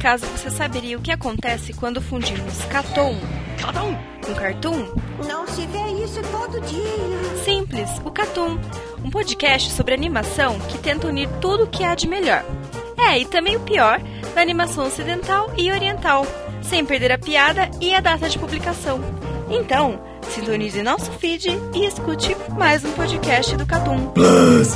acaso você saberia o que acontece quando fundimos Cartoon com Cartoon? Não se vê isso todo dia. Simples, o Cartoon, um podcast sobre animação que tenta unir tudo o que há de melhor. E também o pior da animação ocidental e oriental, sem perder a piada e a data de publicação. Então, sintonize nosso feed e escute mais um podcast do Cartoon Plus.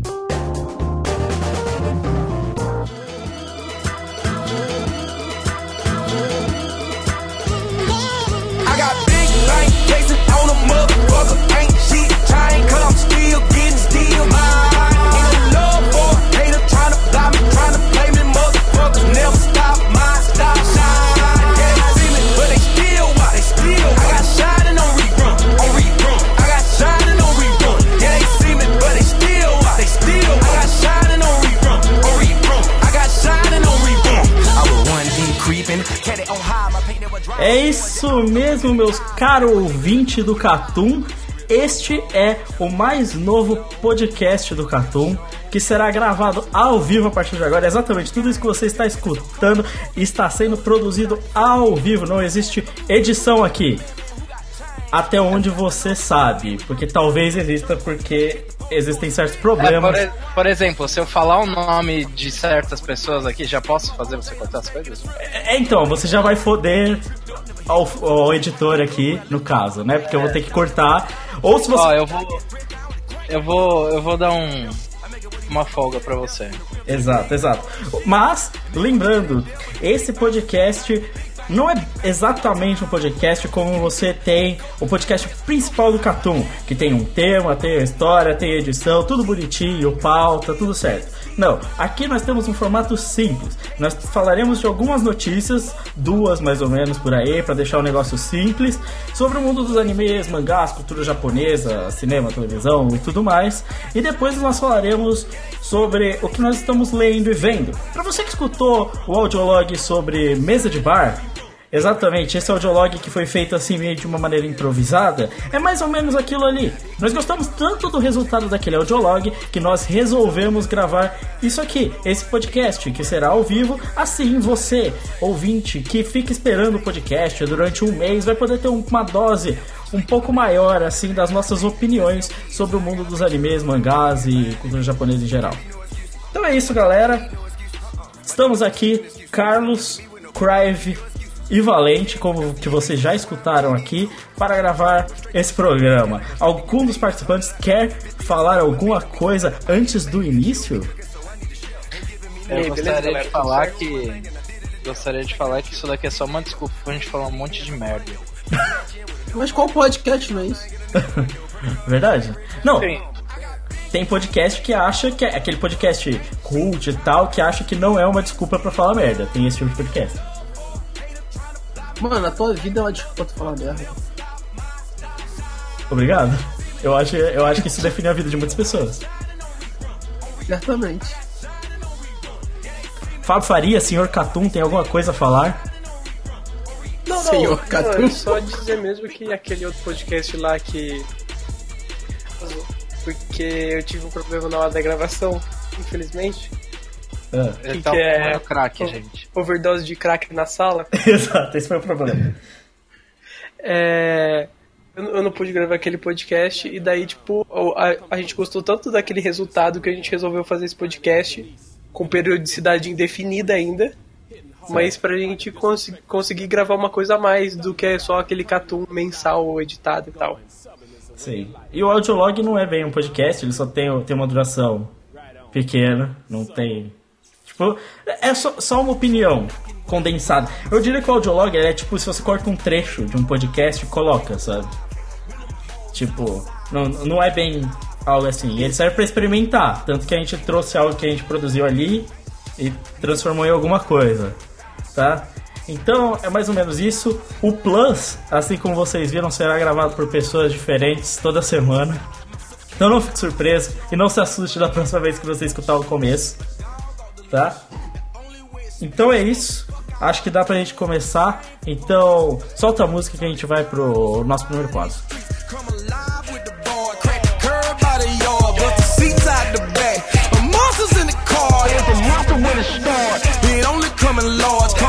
É isso mesmo, meus caros ouvintes do Cartoon. Este é o mais novo podcast do Cartoon, que será gravado ao vivo a partir de agora. Exatamente, tudo isso que você está escutando está sendo produzido ao vivo, não existe edição aqui. Até onde você sabe, porque talvez exista, porque existem certos problemas. Por exemplo, se eu falar o nome de certas pessoas aqui, já posso fazer você cortar as coisas? Então, você já vai foder ao editor aqui, no caso, né? Porque eu vou ter que cortar. Ou se você... Eu vou dar uma folga pra você. Exato. Mas, lembrando, esse podcast não é exatamente um podcast como você tem o podcast principal do Cartoon, que tem um tema, tem a história, tem a edição, tudo bonitinho, pauta, tudo certo. Não, aqui nós temos um formato simples. Nós falaremos de algumas notícias, 2 mais ou menos por aí, para deixar o negócio simples, sobre o mundo dos animes, mangás, cultura japonesa, cinema, televisão e tudo mais. E depois nós falaremos sobre o que nós estamos lendo e vendo. Para você que escutou o audiolog sobre mesa de bar, exatamente, esse audiolog que foi feito assim meio de uma maneira improvisada, é mais ou menos aquilo ali. Nós gostamos tanto do resultado daquele audiolog que nós resolvemos gravar isso aqui, esse podcast, que será ao vivo. Assim você, ouvinte, que fica esperando o podcast durante um mês, vai poder ter uma dose um pouco maior assim das nossas opiniões sobre o mundo dos animes, mangás e cultura japonesa em geral. Então é isso, galera. Estamos aqui, Carlos, Crive e Valente, como que vocês já escutaram aqui, para gravar esse programa. Algum dos participantes quer falar alguma coisa antes do início? Eu gostaria de falar que isso daqui é só uma desculpa pra gente falar um monte de merda. Mas qual podcast, não é isso? Verdade? Não. Sim. Tem podcast que acha que é aquele podcast cult e tal, que acha que não é uma desculpa pra falar merda. Tem esse tipo de podcast. Mano, a tua vida é uma desculpa pra falar merda. Obrigado. Eu acho que isso define a vida de muitas pessoas. Certamente. Fábio Faria, Sr. Cartoon, tem alguma coisa a falar? Não, Senhor Cartoon. só dizer mesmo que aquele outro podcast lá que... Porque eu tive um problema na hora da gravação, infelizmente. Ele tá fumando crack, gente. Overdose de crack na sala. Exato, esse foi o problema. Eu não pude gravar aquele podcast. E daí, tipo, a gente gostou tanto daquele resultado que a gente resolveu fazer esse podcast com periodicidade indefinida ainda. Mas pra gente conseguir gravar uma coisa a mais do que só aquele cartoon mensal editado e tal. Sim. E o audiolog não é bem um podcast, ele só tem uma duração pequena, não tem... Tipo, é só uma opinião condensada. Eu diria que o audiolog é tipo se você corta um trecho de um podcast e coloca, sabe? Tipo, não é bem algo assim. Ele serve pra experimentar, tanto que a gente trouxe algo que a gente produziu ali e transformou em alguma coisa, tá? Então, é mais ou menos isso. O Plus, assim como vocês viram, será gravado por pessoas diferentes toda semana. Então não fique surpreso e não se assuste da próxima vez que você escutar o começo, tá? Então é isso. Acho que dá pra gente começar. Então, solta a música que a gente vai pro nosso primeiro quadro. Coming large,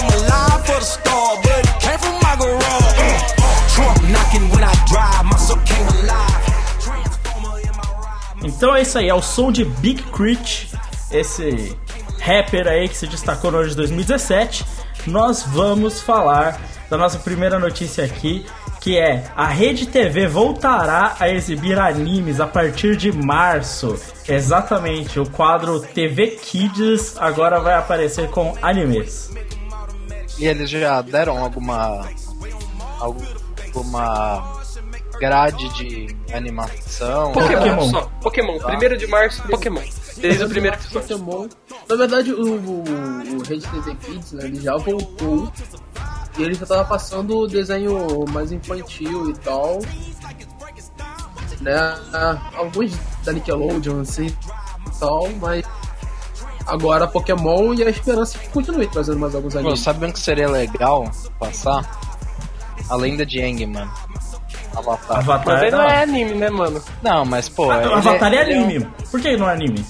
Então é isso aí, é o som de Big Crit, esse rapper aí que se destacou no ano de 2017. Nós vamos falar da nossa primeira notícia aqui, que é: a Rede TV voltará a exibir animes a partir de março. Exatamente, o quadro TV Kids agora vai aparecer com animes. E eles já deram alguma grade de animação? Pokémon. Só. Pokémon. 1º de março, Pokémon. Desde o primeiro episódio. Pokémon. Na verdade, o Rede TV Kids, né, ele já voltou. E ele já tava passando o desenho mais infantil e tal. Né? Alguns da Nickelodeon, assim, e tal, mas agora Pokémon, e a esperança que continue trazendo mais alguns animes. Sabe o que seria legal passar? A Lenda de Aang, mano. Avatar. Mas ele não é anime, né, mano? Não, mas pô... Avatar é anime. Por que não é anime?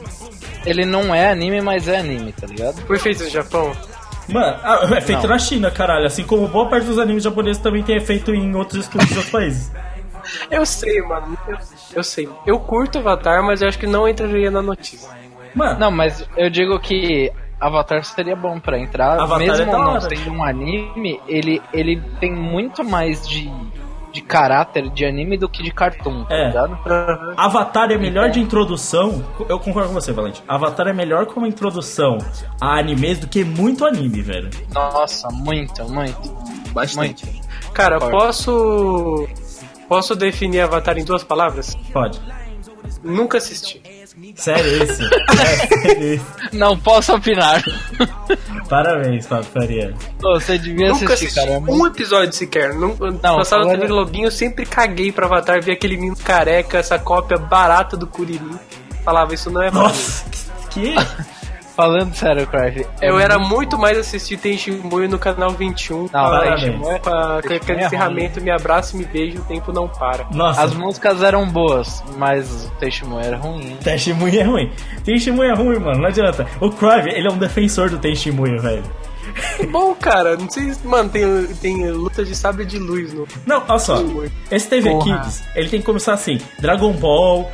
Ele não é anime, mas é anime, tá ligado? Foi feito no Japão? Mano, é feito na China, caralho. Assim como boa parte dos animes japoneses também tem feito em outros estúdios de outros países. Eu sei, mano. Eu sei. Eu curto Avatar, mas eu acho que não entraria na notícia. Mano, não, mas eu digo que Avatar seria bom pra entrar. Avatar mesmo é não sendo um anime, ele tem muito mais de caráter de anime do que de cartoon, tá ligado? Avatar é melhor de introdução. Eu concordo com você, Valente. Avatar é melhor como introdução a animes do que muito anime, velho. Nossa, muito. Bastante. Muito. Cara, posso definir Avatar em 2 palavras? Pode. Nunca assisti. Sério isso? Sério isso? Não posso opinar. Parabéns, Fábio Faria. Você devia Nunca assistir, assisti caramba. um episódio sequer. Passava na TV Lobinho, eu sempre caguei pra Avatar, vi aquele menino careca, essa cópia barata do Kuririn. Falava, isso não é pra mim. Nossa, que? Falando sério, Craig. Eu era muito mais assistir Tenshinmui no canal 21. Com aquele encerramento, me abraça e me beija, o tempo não para. Nossa. As músicas eram boas, mas o Tenshinmui era ruim. Tenshinmui é ruim. Tenshinmui é ruim, mano, não adianta. O Crive, ele é um defensor do Tenshinmui, velho. Que bom, cara. Não sei se, mano, tem luta de sabre de luz no... Não, olha só. Esse TV Kids, ele tem que começar assim: Dragon Ball,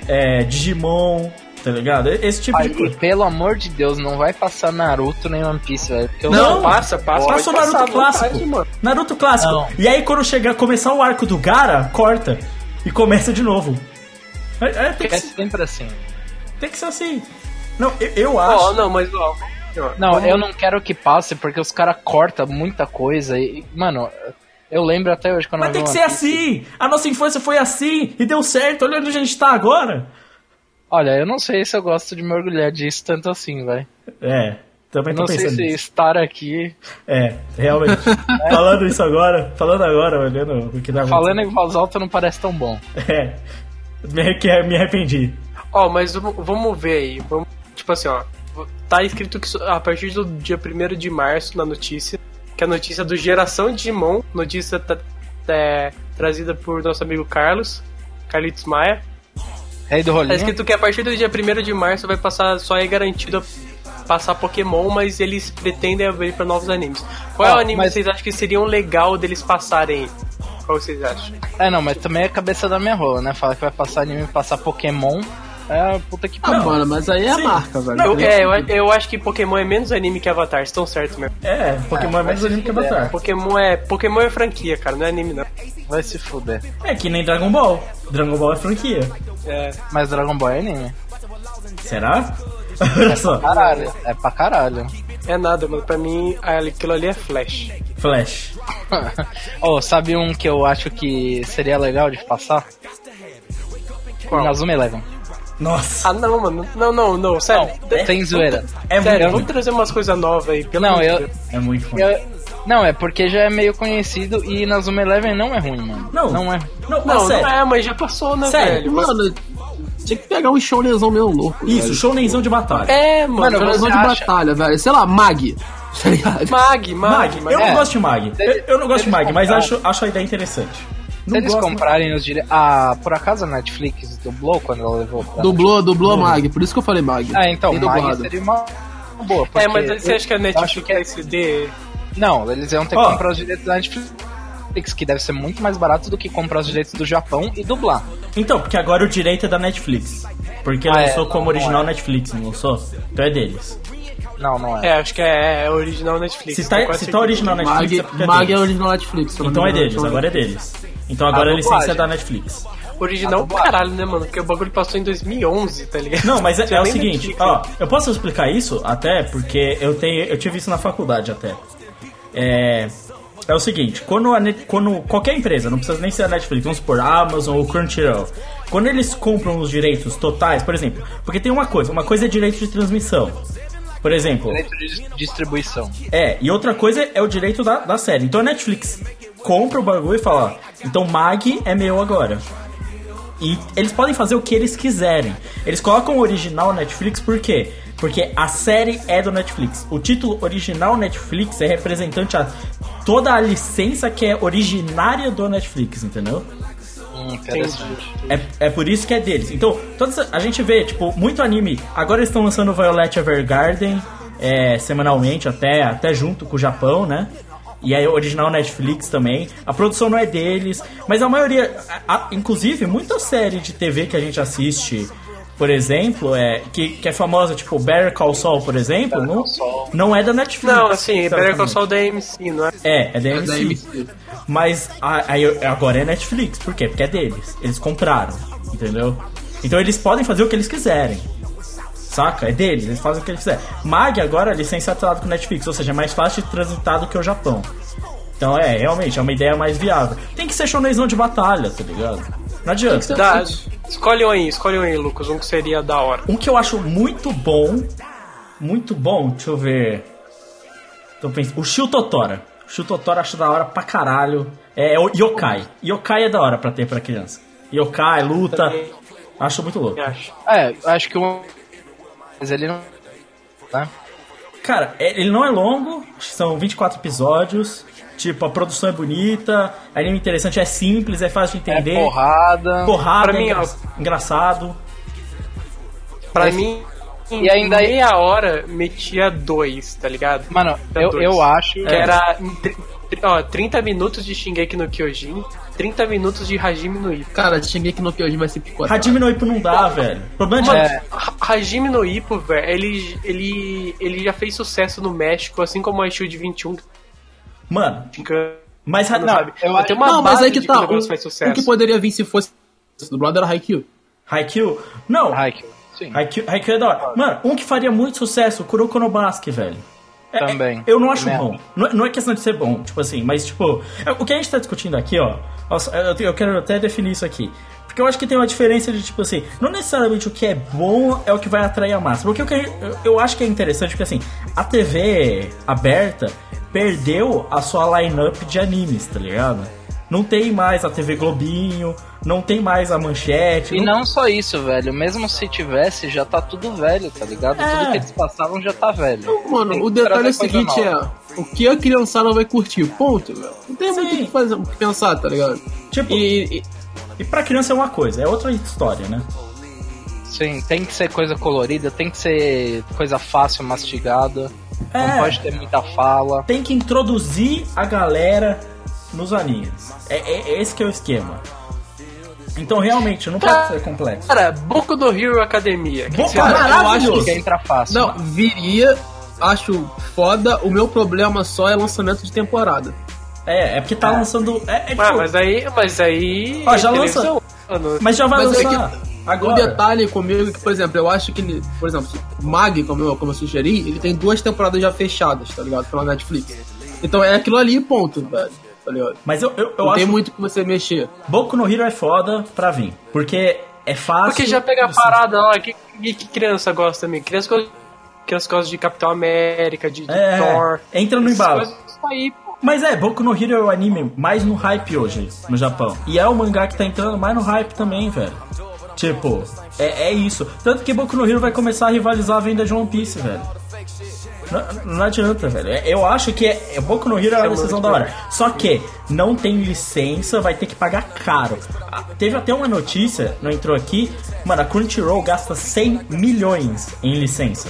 Digimon, tá ligado? Esse tipo de coisa. E pelo amor de Deus, não vai passar Naruto nem One Piece, velho. Não, passa. Passa o Naruto clássico. Naruto clássico. Não. E aí quando começar o arco do Gaara, corta. E começa de novo. Tem que sempre assim. Tem que ser assim. Não, eu acho. Não, eu não quero que passe porque os caras cortam muita coisa e, mano, eu lembro até hoje quando Mas tem que ser assim! A nossa infância foi assim e deu certo, olha onde a gente tá agora. Olha, eu não sei se eu gosto de me orgulhar disso tanto assim, velho. Também tô não sei pensando se nisso. Estar aqui... Realmente. Falando agora, olhando o que dá. Falando em voz alta não parece tão bom. Me arrependi. Mas vamos ver aí. Tipo assim, tá escrito que a partir do dia 1º de março na notícia, que é a notícia do Geração Digimon, notícia trazida por nosso amigo Carlitos Maia. Rei do rolinho. Tá escrito que a partir do dia 1º de março vai passar, só é garantido passar Pokémon, mas eles pretendem abrir pra novos animes. Qual é o anime que vocês acham que seria legal deles passarem? Qual vocês acham? Não, mas também é cabeça da minha rola, né? Fala que vai passar anime e passar Pokémon. Puta que pariu. Mano, mas aí é a marca, velho. Eu acho que Pokémon é menos anime que Avatar, estão certo mesmo. Pokémon é menos anime que Avatar. Pokémon é franquia, cara, não é anime não. Vai se fuder. É que nem Dragon Ball. Dragon Ball é franquia. Mas Dragon Ball é anime. Será? Olha só. É pra caralho. É nada, mano. Pra mim, aquilo ali é Flash. Sabe um que eu acho que seria legal de passar? Qual? Inazuma Eleven. Nossa. Não, mano. Não, sério. Sem zoeira. Sério, vamos trazer umas coisas novas aí. É muito ruim. Não, é porque já é meio conhecido e Inazuma Eleven não é ruim, mano. Não é. Não, mas já passou, né, sério? velho? Mano, tinha que pegar um shounenzão meio louco. Isso, velho. Shounenzão de batalha. Mano, Shounenzão de batalha, velho. Sei lá, Mag. Tá ligado? Mag. Eu não gosto de Mag. Eu não gosto de Mag, mas acho a ideia interessante. Se eles comprarem os direitos... por acaso a Netflix dublou quando ela levou pra... Dublou Mag, por isso que eu falei Mag. Então, Mag seria uma boa. Mas você acha que a Netflix vai ceder? Não, eles iam ter que comprar os direitos da Netflix, que deve ser muito mais barato do que comprar os direitos do Japão e dublar. Então, porque agora o direito é da Netflix. Porque lançou como original Netflix, não lançou? Então é deles. Não é. Acho que é original Netflix. Se tá original Netflix, é porque Mag é original Netflix. Então é deles, agora é deles. Então agora a licença é da Netflix. Original caralho, né, mano? Porque o bagulho passou em 2011, tá ligado? Não, mas é o seguinte, Netflix, ó, eu posso explicar isso até porque eu tive isso na faculdade até. É o seguinte, quando qualquer empresa, não precisa nem ser a Netflix, vamos supor, a Amazon ou Crunchyroll, quando eles compram os direitos totais, por exemplo, porque tem uma coisa é direito de transmissão. Por exemplo, direito de distribuição. E outra coisa é o direito da série. Então a Netflix compra o bagulho e fala, então Mag é meu agora. E eles podem fazer o que eles quiserem. Eles colocam o original Netflix por quê? Porque a série é do Netflix. O título original Netflix é representante a toda a licença que é originária do Netflix, entendeu? Interessante. É por isso que é deles. Então, a gente vê, tipo, muito anime. Agora eles estão lançando Violet Evergarden semanalmente, até junto com o Japão, né? E aí o original Netflix também. A produção não é deles, mas a maioria, inclusive, muita série de TV que a gente assiste, por exemplo, que é famosa, tipo Better Call Saul, por exemplo, não é da Netflix. Não, assim, Better Call Saul da AMC, não é? É da AMC. Mas agora é Netflix, por quê? Porque é deles. Eles compraram, entendeu? Então eles podem fazer o que eles quiserem. Saca? É deles, eles fazem o que eles quiserem. Mag agora é licenciado com Netflix, ou seja, é mais fácil de transitar do que o Japão. Então realmente, é uma ideia mais viável. Tem que ser shonenzão de batalha, tá ligado? Não adianta. Escolhe um aí, Lucas, um que seria da hora. Um que eu acho muito bom, deixa eu ver. Tô pensando, o Shio Totora. O Shio Totora acho da hora pra caralho. É o Yokai. Yokai é da hora pra ter pra criança. Yokai, luta. Acho muito louco. Acho que mas ele não... Né? Cara, ele não é longo, são 24 episódios. Tipo, a produção é bonita, anime interessante, é simples, é fácil de entender. É porrada. Pra mim, engraçado. Pra mim, e ainda meia hora metia 2, tá ligado? Mano, eu acho que era 30 minutos de Shingeki no Kyojin, 30 minutos de Hajime no Ippo. Cara, Shingeki no Kyojin vai ser picotado. Hajime no Ippo não dá, velho. O problema Hajime no Ippo, velho, ele já fez sucesso no México, assim como o iShield 21. Mano, mas mas aí que tá. O que poderia vir se fosse dublado era Haikyuu. Haikyuu? Não. Haikyuu é da hora. Mano, um que faria muito sucesso, Kuroko no Basque, velho. Também. Eu não acho bom. Não é questão de ser bom, tipo assim, mas tipo, o que a gente tá discutindo aqui, ó, eu quero até definir isso aqui. Porque eu acho que tem uma diferença de, tipo assim, não necessariamente o que é bom é o que vai atrair a massa. Porque eu acho que é interessante, porque assim, a TV aberta perdeu a sua line-up de animes, tá ligado? Não tem mais a TV Globinho, não tem mais a Manchete. E não só isso, velho. Mesmo se tivesse, já tá tudo velho, tá ligado? Tudo que eles passavam já tá velho. Mano, o detalhe é o seguinte, o que a criançada vai curtir, ponto, velho. Não tem muito o que pensar, tá ligado? Tipo, e pra criança é uma coisa, é outra história, né? Sim, tem que ser coisa colorida, tem que ser coisa fácil, mastigada. Não pode ter muita fala. Tem que introduzir a galera nos animes. Esse que é o esquema. Então realmente não pode ser complexo. Cara, Boku no Hero Academia. Eu acho que entra fácil. Não, viria, acho foda. O meu problema só é lançamento de temporada. É porque tá lançando. Mas aí. Ó, já lança. Mas já vai lançar. Agora. O detalhe comigo é que, por exemplo, eu acho que, por exemplo, Mag, como eu sugeri, ele tem 2 temporadas já fechadas, tá ligado? Pela Netflix. Então é aquilo ali, ponto, velho. Tá ligado? Mas eu não acho tem muito que você mexer. Boku no Hero é foda pra vir. Porque é fácil. Porque já pega a parada lá. Que criança gosta também? Criança gosta de Capitão América, de Thor. Entra no embalo. Aí, pô. Mas Boku no Hero é o anime mais no hype hoje no Japão. E é o mangá que tá entrando mais no hype também, velho. Tipo, é isso. Tanto que Boku no Hero vai começar a rivalizar a venda de One Piece, velho. Não adianta, velho. Eu acho que Boku no Hero é uma decisão da hora. Só que não tem licença, vai ter que pagar caro. Teve até uma notícia, não entrou aqui. Mano, a Crunchyroll gasta 100 milhões em licença.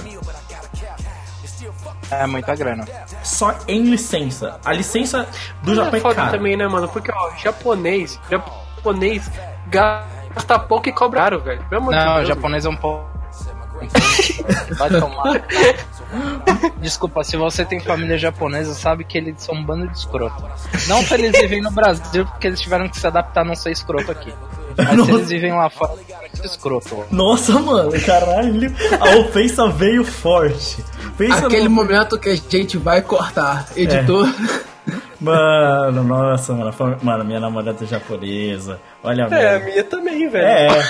É muita grana. Só em licença. A licença do Japão é foda cara. Também, né, mano? Porque, ó, japonês Gasta pouco e cobra caro, velho. Não, o japonês é um pouco... Pode tomar. Desculpa, se você tem família japonesa, sabe que eles são um bando de escroto. Não que eles vivem no Brasil, porque eles tiveram que se adaptar a não ser escroto aqui. Mas se eles vivem lá fora, eles são escroto. Nossa, mano, caralho. A ofensa veio forte. Pensa aquele momento que a gente vai cortar. Editor. Mano, nossa, mano, minha namorada é japonesa. Olha, a minha também, velho.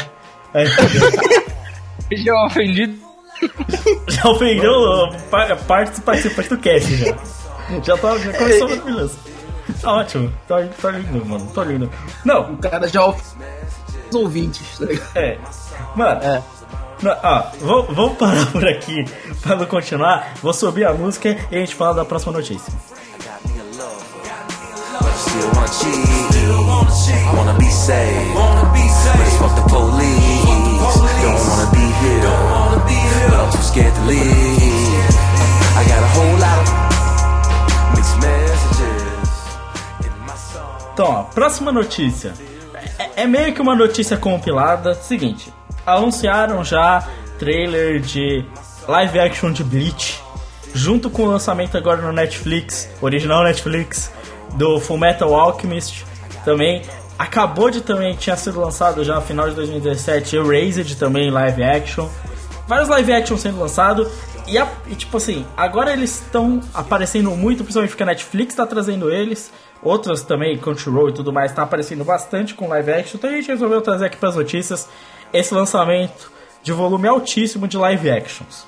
Já ofendido. Já ofendeu participante do cast já. Já começou a beleza. Tá ótimo, tá lindo, mano, tá lindo. Não, o cara já ofendeu os ouvintes, tá ligado? Mano, vamos parar por aqui pra não continuar. Vou subir a música e a gente fala da próxima notícia. Então, ó, próxima notícia. É meio que uma notícia compilada. Seguinte, anunciaram já trailer de live action de Bleach, junto com o lançamento agora no Netflix, original Netflix, do Fullmetal Alchemist. Também tinha sido lançado já no final de 2017 Erased também live action. Vários live action sendo lançados. E tipo assim, agora eles estão aparecendo muito, principalmente porque a Netflix tá trazendo eles. Outras também, Crunchyroll e tudo mais, tá aparecendo bastante com live action. Então a gente resolveu trazer aqui pras notícias esse lançamento de volume altíssimo de live actions.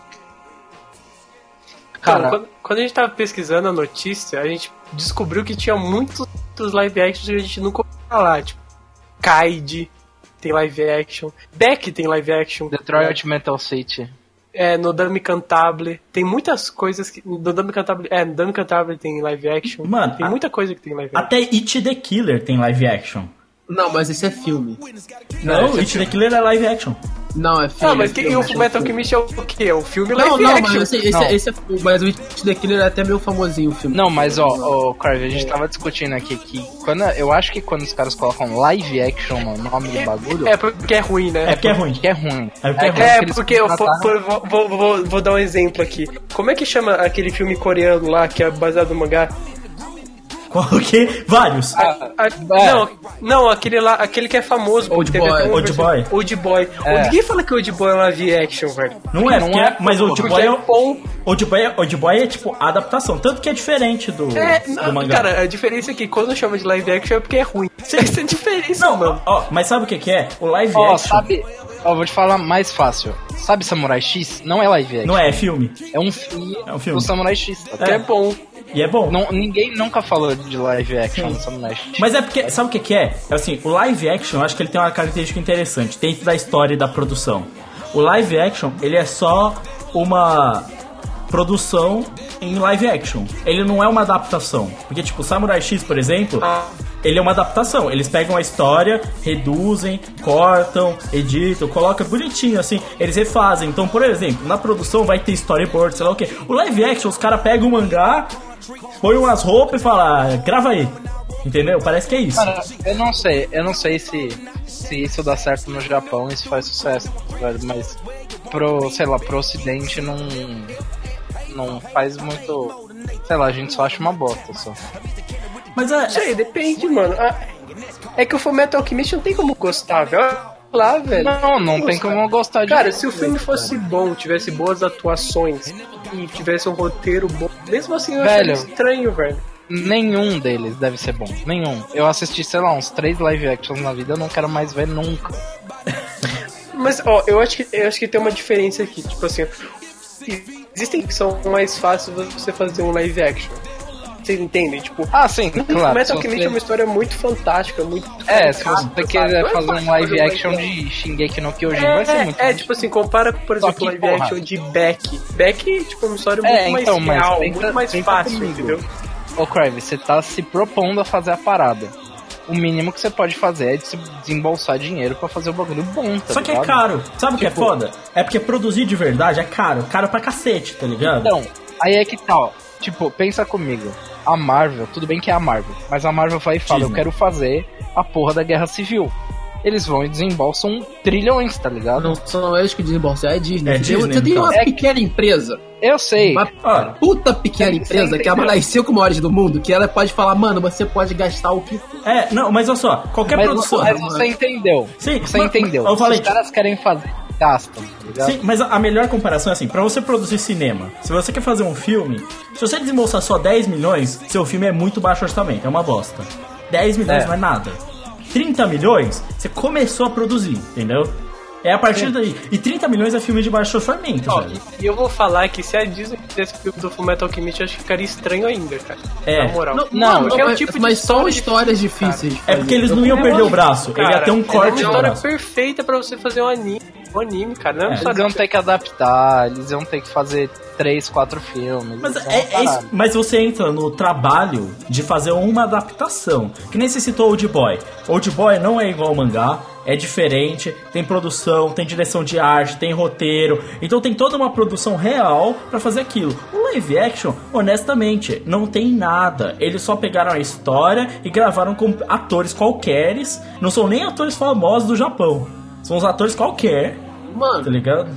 Cara, quando a gente tava pesquisando a notícia, a gente descobriu que tinha muitos live actions que a gente nunca ouviu falar. Tipo, Kaid tem live action, Beck tem live action, Detroit Metal City. Nodame Cantabile. Tem muitas coisas que... Nodame Cantabile tem live action. Mano, tem muita coisa que tem live action. Até It the Killer tem live action. Não, mas esse é filme. Não, It the Killer é live action. Não, é filme. Mas o Fullmetal Alchemist é o quê? É o filme live action? Mas o It the Killer é até meio famosinho o filme. Não, mas Crave, a gente tava discutindo aqui que eu acho que quando os caras colocam live action no nome do bagulho... É porque é ruim, né? É porque é ruim. Porque eu vou dar um exemplo aqui. Como é que chama aquele filme coreano lá que é baseado no mangá? Qual que? Vários. Não, aquele que é famoso. Old Boy. Ninguém fala que Old Boy é live action, velho. Não é, mas Old Boy é tipo a adaptação, tanto que é diferente do mangá. Cara, a diferença é que quando chama de live action é porque é ruim. Essa é a diferença, mano. Mas sabe o que é? O live action... vou te falar mais fácil. Sabe Samurai X? Não é live action. Não é filme. É um filme do Samurai X. Até é bom. E é bom. Ninguém nunca falou de live action no Samurai X. Mas é porque, sabe o que é? É assim, o live action, eu acho que ele tem uma característica interessante dentro da história e da produção. O live action, ele é só uma produção em live action. Ele não é uma adaptação. Porque, tipo, Samurai X, por exemplo... Ele é uma adaptação, eles pegam a história, reduzem, cortam, editam, colocam bonitinho assim, eles refazem. Então, por exemplo, na produção vai ter storyboard, sei lá o que. O live action, os caras pegam o mangá, põem umas roupas e falam, grava aí. Entendeu? Parece que é isso. Cara, eu não sei se isso dá certo no Japão e se faz sucesso, velho, mas pro ocidente não faz muito, sei lá, a gente só acha uma bosta só. Mas sei, depende, mano. É que o Fullmetal Alchemist não tem como gostar, velho. Lá, velho. Não tem como gostar de. Cara, se o filme fosse bom, tivesse boas atuações e tivesse um roteiro bom, mesmo assim eu acharia estranho, velho. Nenhum deles deve ser bom. Nenhum. Eu assisti, sei lá, uns 3 live actions na vida, eu não quero mais ver nunca. Mas, eu acho que tem uma diferença aqui. Tipo assim, existem que são mais fáceis você fazer um live action. Vocês entendem? Tipo, sim, claro. Metal Alchemist é uma história muito fantástica, muito... se você quiser fazer um live action de Shingeki no Kyojin, vai ser muito... tipo assim, compara, por exemplo, live action de Beck. Beck, tipo, é uma história muito mais real, muito mais fácil, entendeu? Crave, você tá se propondo a fazer a parada. O mínimo que você pode fazer é desembolsar dinheiro pra fazer o bagulho bom, tá Só que ligado? É caro. Sabe o que é foda? É porque produzir de verdade é caro. Caro pra cacete, tá ligado? Então, aí é que tá, ó. Tipo, pensa comigo. A Marvel, tudo bem que é a Marvel, mas a Marvel vai e fala, eu quero fazer a porra da Guerra Civil. eles vão e desembolsam trilhões, tá ligado? Não são eles que desembolsam, é a Disney. É Disney, Você tem no uma caso. pequena empresa, Eu sei. uma puta pequena empresa, que é uma das 5 maiores do mundo, que ela pode falar, mano, você pode gastar o que for. Não, mas olha só, qualquer produção... Mas você entendeu. Sim, Você mas- entendeu. eu falei- Se os caras querem fazer, gastam, tá ligado? Sim, mas a melhor comparação é assim, pra você produzir cinema, se você quer fazer um filme, se você desembolsar só 10 milhões, seu filme é muito baixo orçamento, é uma bosta. 10 milhões não é nada. 30 milhões, você começou a produzir, entendeu? É a partir daí. E 30 milhões é filme de baixo orçamento, Ó, velho. e eu vou falar que se a Disney fizesse o filme do Fullmetal Alchemist, eu acho que ficaria estranho ainda, cara. É. Na moral. Não, é o tipo de mas são história histórias difíceis. de É porque fazer. eles não iam perder o braço, ele ia ter um é corte uma no história braço. perfeita pra você fazer um anime. Um anime, cara. Não é Eles só vão ter que adaptar, eles vão ter que fazer 3, 4 filmes. Mas, isso é uma isso, parada. mas você entra no trabalho de fazer uma adaptação. Que nem você citou Old Boy. Old Boy não é igual ao mangá, é diferente, tem produção, tem direção de arte, tem roteiro. Então tem toda uma produção real pra fazer aquilo. O live action, honestamente, não tem nada. Eles só pegaram a história e gravaram com atores qualqueres. Não são nem atores famosos do Japão. São os atores qualquer, tá Mano, ligado?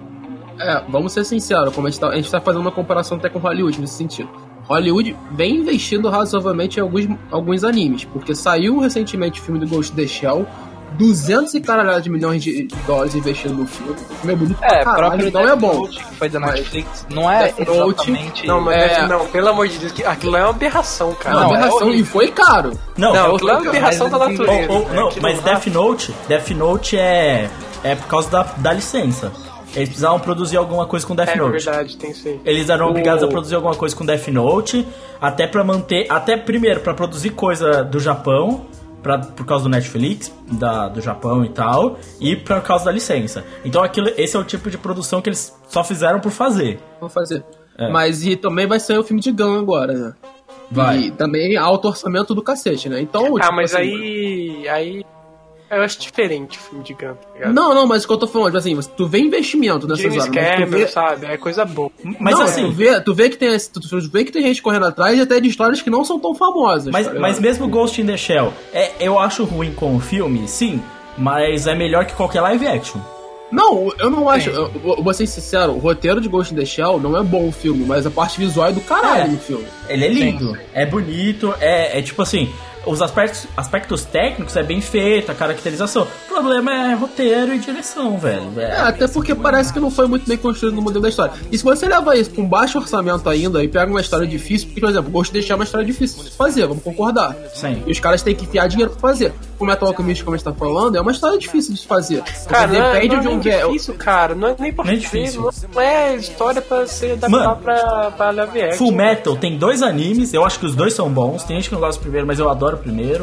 vamos ser sinceros, como a gente tá fazendo uma comparação até com Hollywood nesse sentido. Hollywood vem investindo razoavelmente em alguns animes, porque saiu recentemente o filme do Ghost in the Shell, 200 e caralhada de milhões de dólares investindo no filme. O filme é bonito pra caralho, próprio então é Death bom. Note, que foi da Mas Netflix, não é Death Note, exatamente... Não, mas É. não, pelo amor de Deus, aquilo lá é uma aberração, cara. Não, Não, aberração, é horrível. e foi caro. Não, Não, aquilo é uma aberração da mas- natureza. Não, Aquilo mas lá- Death Note é por causa da licença. Eles precisavam produzir alguma coisa com Death É Note. verdade, tem isso aí. Eles eram obrigados a produzir alguma coisa com Death Note, até pra manter, até primeiro pra produzir coisa do Japão, por causa do Netflix, do Japão e tal, e por causa da licença. Então esse é o tipo de produção que eles só fizeram por fazer. Vou fazer. É. Mas e também vai sair o filme de Gun agora, né? Vai. E também alto orçamento do cacete, né? Então, Ah, tipo mas assim, aí eu acho diferente o filme de Gun, tá ligado? Não, mas o que eu tô falando, tipo assim, tu vê investimento nessas James horas, mas tu Cameron, vê... sabe? É coisa boa. Mas não, assim, tu vê que tem gente correndo atrás e até de histórias que não são tão famosas. mas, tá ligado? mas mesmo Ghost in the Shell, eu acho ruim com o filme, sim, mas é melhor que qualquer live action. Não, eu não acho. Eu vou ser sincero, o roteiro de Ghost in the Shell não é bom o filme, mas a parte visual é do caralho no filme. Ele é lindo, é bonito, é tipo assim, os aspectos técnicos é bem feito, a caracterização. O problema é roteiro e direção, velho. Até porque parece que não foi muito bem construído no modelo da história. E se você leva isso com baixo orçamento ainda e pega uma história difícil, porque, por exemplo, Ghost in the Shell é uma história difícil de fazer, vamos concordar. Sim. E os caras têm que enfiar dinheiro pra fazer. O Metal Alchemist, como a gente tá falando, é uma história difícil de se fazer. Cara, Você não depende é de um nem difícil, cara. Não é nem pra Nem ver, difícil. não é história pra ser adaptar pra live action. Full Metal tem 2 animes, eu acho que os 2 são bons. Tem gente que não gosta do primeiro, mas eu adoro o primeiro.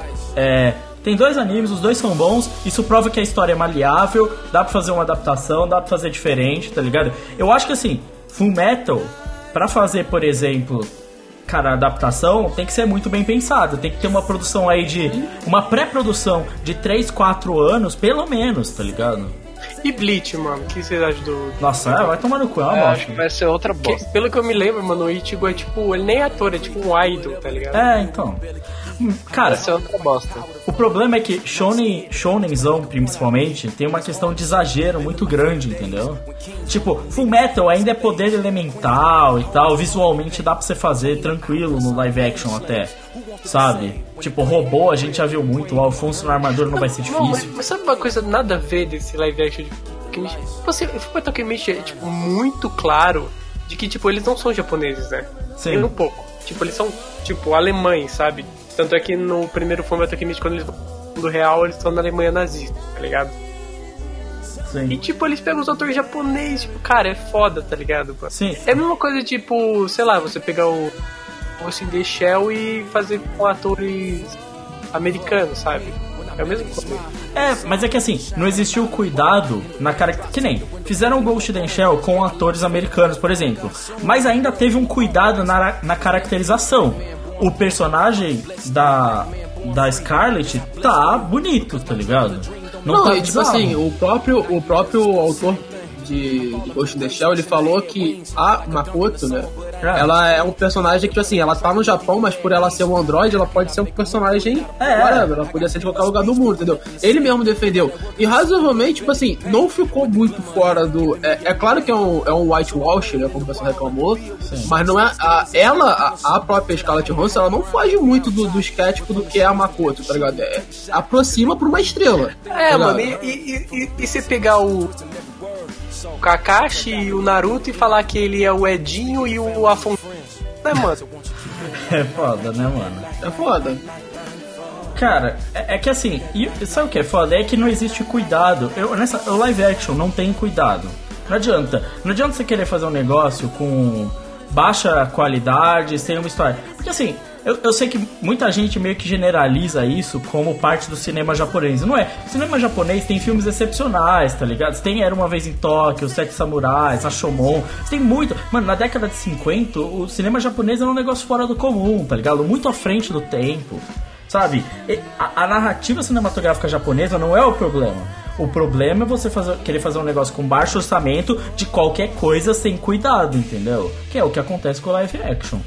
Tem 2 animes, os 2 são bons. Isso prova que a história é maleável, dá pra fazer uma adaptação, dá pra fazer diferente, tá ligado? Eu acho que assim, Full Metal, pra fazer, por exemplo, cara, a adaptação tem que ser muito bem pensado. Tem que ter uma produção aí uma pré-produção de 3, 4 anos, pelo menos, tá ligado? E Bleach, mano, o que vocês acham do... Nossa, vai tomar no cu, é uma Eu acho bosta. que vai ser outra bosta. Pelo que eu me lembro, mano, o Ichigo é tipo... Ele nem é ator, é tipo um idol, tá ligado? Então. Cara, Vai ser outra bosta. o problema é que Shonenzão, principalmente, tem uma questão de exagero muito grande, entendeu? Tipo, Fullmetal ainda é poder elemental e tal, visualmente dá pra você fazer tranquilo no live action até, sabe? Tipo, robô a gente já viu muito, o Alfonso na armadura não vai ser Não, difícil. mas sabe uma coisa nada a ver desse live action de Alchemist? Você, Fullmetal Alchemist é, tipo, muito claro de que, tipo, eles não são japoneses, né? Sim. Nem um pouco. Tipo, eles são, tipo, alemães, sabe? Tanto é que no primeiro Fullmetal Alchemist, quando eles vão no mundo real, eles estão na Alemanha nazista, tá ligado? Sim. E, tipo, eles pegam os atores japoneses, tipo, cara, é foda, tá ligado? Mano? Sim. É a mesma coisa, tipo, sei lá, você pegar o Ghost in the Shell e fazer com atores americanos, sabe? É o mesmo coisa. Mas é que assim, não existiu cuidado na que nem fizeram o Ghost in the Shell com atores americanos, por exemplo, mas ainda teve um cuidado na caracterização. O personagem da Scarlet tá bonito, tá ligado? Não, tá e tipo bizarro. assim, o próprio autor de Ghost in the Shell, ele falou que a Makoto, né, ela é um personagem que, tipo assim, ela tá no Japão, mas por ela ser um androide, ela pode ser um personagem whatever, ela podia ser de qualquer lugar do mundo, entendeu? Ele mesmo defendeu. E razoavelmente, tipo assim, não ficou muito fora do... É claro que é um whitewash, né, como o pessoal reclamou, mas não é... A própria Scarlett Johansson, ela não foge muito do esquétipo do que é a Makoto, tá ligado? Aproxima por uma estrela. Tá, mano, e se pegar o Kakashi e o Naruto e falar que ele é o Edinho e o Afonso, né, mano? É foda, né, mano? É foda. Cara, é que assim, sabe o que é foda? É que não existe cuidado. O live action não tem cuidado. Não adianta você querer fazer um negócio com baixa qualidade, sem uma história. Porque assim, eu sei que muita gente meio que generaliza isso como parte do cinema japonês. Não é. O cinema japonês tem filmes excepcionais, tá ligado? Tem Era Uma Vez em Tóquio, Os Sete Samurais, Rashomon. Tem muito. Mano, na década de 50, o cinema japonês era um negócio fora do comum, tá ligado? Muito à frente do tempo, sabe? A narrativa cinematográfica japonesa não é o problema. O problema é você querer fazer um negócio com baixo orçamento de qualquer coisa sem cuidado, entendeu? Que é o que acontece com o live action.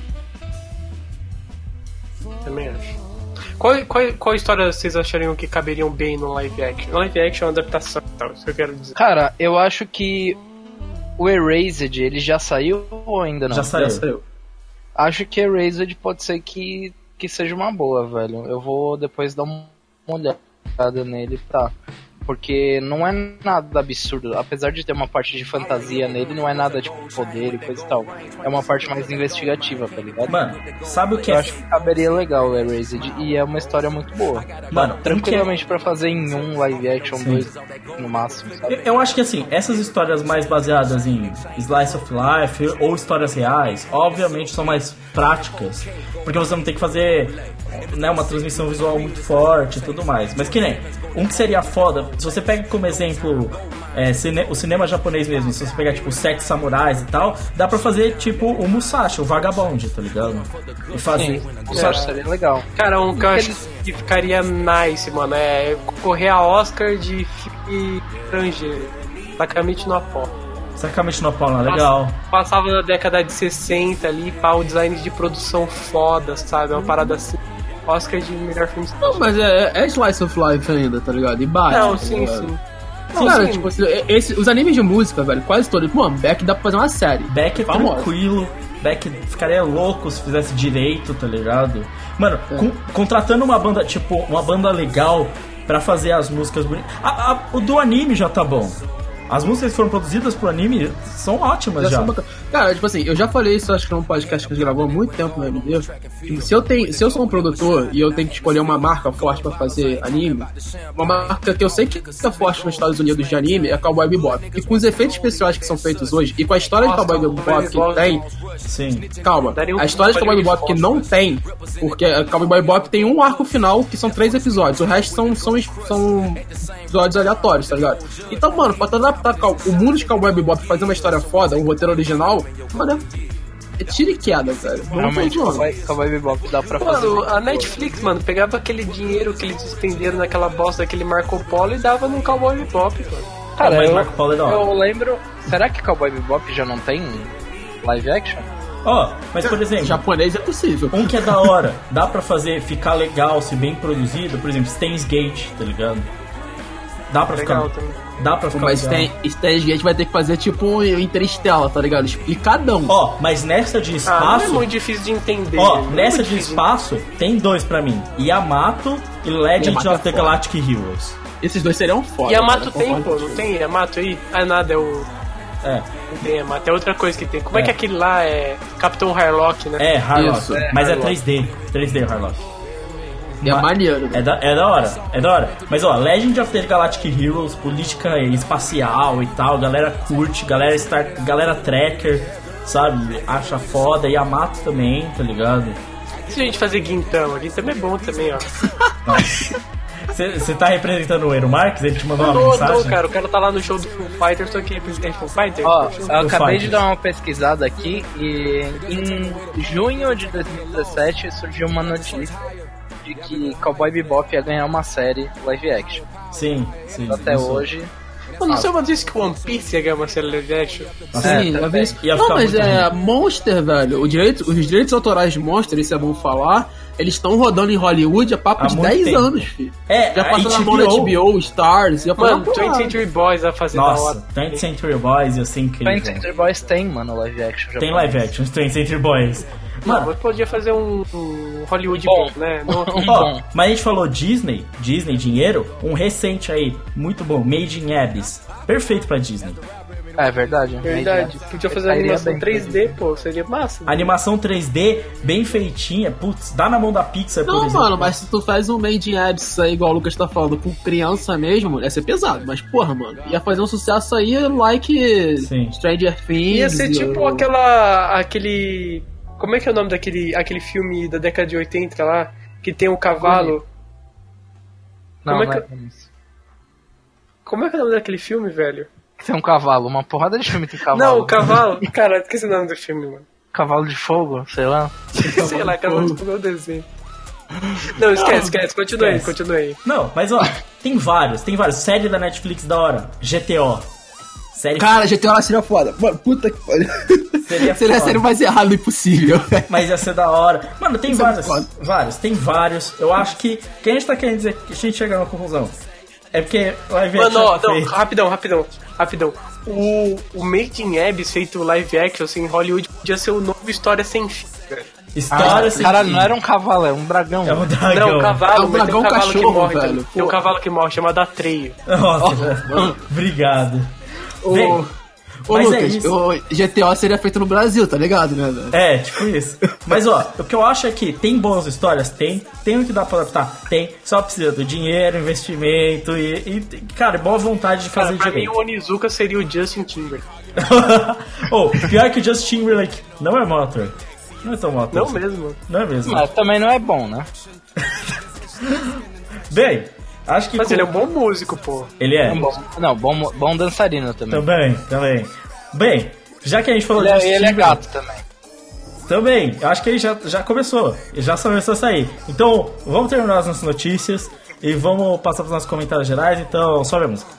Também acho. Qual história vocês achariam que caberiam bem no live action? No live action é uma adaptação, tal, isso que eu quero dizer. Cara, eu acho que o Erased, ele já saiu ou ainda não? Já saiu. Acho que Erased pode ser que seja uma boa, velho. Eu vou depois dar uma olhada nele, tá? Porque não é nada absurdo. Apesar de ter uma parte de fantasia nele, não é nada tipo poder e coisa e tal. É uma parte mais investigativa, tá ligado? Mano, sabe o que eu acho que caberia legal o Erased. E é uma história muito boa. Mano, tranquilamente pra fazer em um live action, sim, 2 no máximo, sabe? Eu acho que assim, essas histórias mais baseadas em slice of life ou histórias reais, obviamente são mais práticas. Porque você não tem que fazer, né, uma transmissão visual muito forte e tudo mais. Mas que nem, um que seria foda, se você pega como exemplo o cinema japonês mesmo, se você pegar tipo Sete Samurais e tal, dá pra fazer tipo o Musashi, o Vagabond, tá ligado? E fazer. Sim, eu acho que seria legal. Cara, um que eu acho que ficaria nice, mano, é concorrer a Oscar de filme estrangeiro. Sacamente no Apollo. Sacamente no Apollo, legal. Passava na década de 60 ali, pá, o design de produção foda, sabe? Uma parada assim. Oscar de melhor filme. Não, mas é Slice of Life ainda, tá ligado? E bate. Não, tá sim, ligado? sim. Não, cara, tipo, os animes de música, velho, quase todos. Mano, Beck dá pra fazer uma série. Beck é tranquilo. Beck ficaria louco se fizesse direito, tá ligado? Mano, contratando uma banda, tipo, uma banda legal pra fazer as músicas bonitas. O do anime já tá bom. As músicas que foram produzidas pro anime são ótimas já. Cara, tipo assim, eu já falei isso, acho que num podcast que a gente gravou há muito tempo no MD. Se eu sou um produtor e eu tenho que escolher uma marca forte pra fazer anime, uma marca que eu sei que é forte nos Estados Unidos de anime é Cowboy Bebop. E com os efeitos especiais que são feitos hoje, e com a história de Cowboy Bebop que tem... Sim. Calma, a história de Cowboy Bebop que não tem, porque Cowboy Bebop tem um arco final que são 3 episódios, o resto são episódios aleatórios, tá ligado? Então, mano, pra adaptar o mundo de Cowboy Bebop e fazer uma história foda, um roteiro original, mano, é tiro e queda, velho. Realmente, Cowboy Bebop dá pra fazer. Mano, a Netflix, mano, pegava aquele dinheiro que eles despenderam naquela bosta daquele Marco Polo e dava num Cowboy Bebop, mano. Cara, mas Marco Polo é da hora. Eu lembro... Será que Cowboy Bebop já não tem live action? Mas por exemplo... Japonês é possível. Um que é da hora, dá pra fazer, ficar legal, se bem produzido, por exemplo, Steins Gate, tá ligado? Dá pra legal, ficar... Dá pra ficar mas Steins Gate vai ter que fazer tipo um Interstellar, tá ligado? Explicadão. Mas nessa de espaço... não é muito difícil de entender. Nessa de espaço, tem 2 pra mim. Yamato e Legend of the Galactic Heroes. Esses 2 seriam foda. Yamato tem, pô, não tem Yamato aí? Nada, é o... Não tem Yamato, é outra coisa que tem. Como é que aquele lá é Capitão Harlock, né? Harlock. Mas Harlock. É 3D Harlock. É maneiro. É da hora. Mas Legend of the Galactic Heroes, política espacial e tal, galera curte, galera tracker, sabe? Acha foda. Yamato também, tá ligado? Se a gente fazer Gintama é bom também, ó. Você tá representando o Eero Marques? Ele te mandou uma mensagem? Não, cara, o cara tá lá no show do Full Fighters, tô aqui representando Full Fighters. Eu acabei de dar uma pesquisada aqui e em junho de 2017 surgiu uma notícia de que Cowboy Bebop ia ganhar uma série live action. Sim. Até hoje Mano, você não disse que o One Piece ia ganhar uma série live action? Sim, eu vi isso. Ia Não, ficar mas muito Monster, velho. Os direitos autorais de Monster, isso é bom falar. Eles estão rodando em Hollywood há papo Há de muito 10 tempo. anos, filho. a Já passou na mão da HBO, Stars. Já Mano, foi 20th Century Boys vai fazer da Nossa, hora. 20th Century Boys ia ser incrível. 20th Century Boys tem, mano, live action. Tem live action, 20th Century Boys. Mano, Mano, você podia fazer um Hollywood Bom. bom, né? No- ó, mas a gente falou Disney, dinheiro, um recente aí, muito bom, Made in Abyss. Perfeito pra Disney. É verdade. Verdade. Podia fazer Cairia animação bem. 3D, pô. Seria massa. Animação 3D, bem feitinha, putz, dá na mão da Pixar, por Não, exemplo. mano, mas se tu faz um Made in Abyss aí, igual o Lucas tá falando, com criança mesmo, ia ser pesado. Mas, porra, mano, ia fazer um sucesso aí, like Sim. Stranger Things. Ia ser tipo aquele... Como é que é o nome aquele filme da década de 80 lá? Que tem um cavalo. Não, Como é não que- é isso. Como é que é o nome daquele filme, velho? Tem um cavalo, uma porrada de filme tem cavalo. Não, o cavalo. Cara, esqueci o nome do filme, mano. Cavalo de fogo, sei lá. Sei lá, cavalo de fogo é o desenho. Não, esquece. Continua aí. Não, mas ó, tem vários. Série da Netflix da hora, GTO. Série Cara, GTA seria foda. Mano, puta que pariu. Seria Seria a foda. série mais errada impossível, velho. Mas ia ser da hora. Mano, tem Isso é vários. foda. Tem vários. Eu acho que. Quem a gente tá querendo dizer que a gente chega numa conclusão? É porque live action. Mano, ó, é não, feito. rapidão. O Made in Abyss feito live action, assim, em Hollywood, podia ser o novo História Sem Fim, velho. História sem Cara, fim. não era um cavalo, é um dragão. É um dragão. Não, o cavalo, É um mas tem um dragão cavalo que cachorro, morre. velho. Também. Tem um cavalo que morre, chamado Atreio. Nossa, obrigado. Vem. Ô, Mas é Lucas, isso. o GTO seria feito no Brasil, tá ligado, né, velho? É, tipo isso. Mas ó, o que eu acho é que tem boas histórias? Tem o que dá pra adaptar? Tem. Só precisa do dinheiro, investimento e cara, boa vontade de fazer Pra mim, direito. o Onizuka seria o Justin Timberlake. Oh, pior que o Justin Timberlake não é motor. Não é tão motor. Não assim. mesmo. Não é mesmo. Mas também não é bom, né? Bem, acho que. Mas ele é um bom músico, pô. Ele é. Bom dançarino também. Também. Bem, já que a gente falou Ele, de Justin ele é Timberlake, gato também. também, eu acho que ele já começou. Ele já começou a sair. Então, vamos terminar as nossas notícias e vamos passar para os nossos comentários gerais. Então, sobe a música.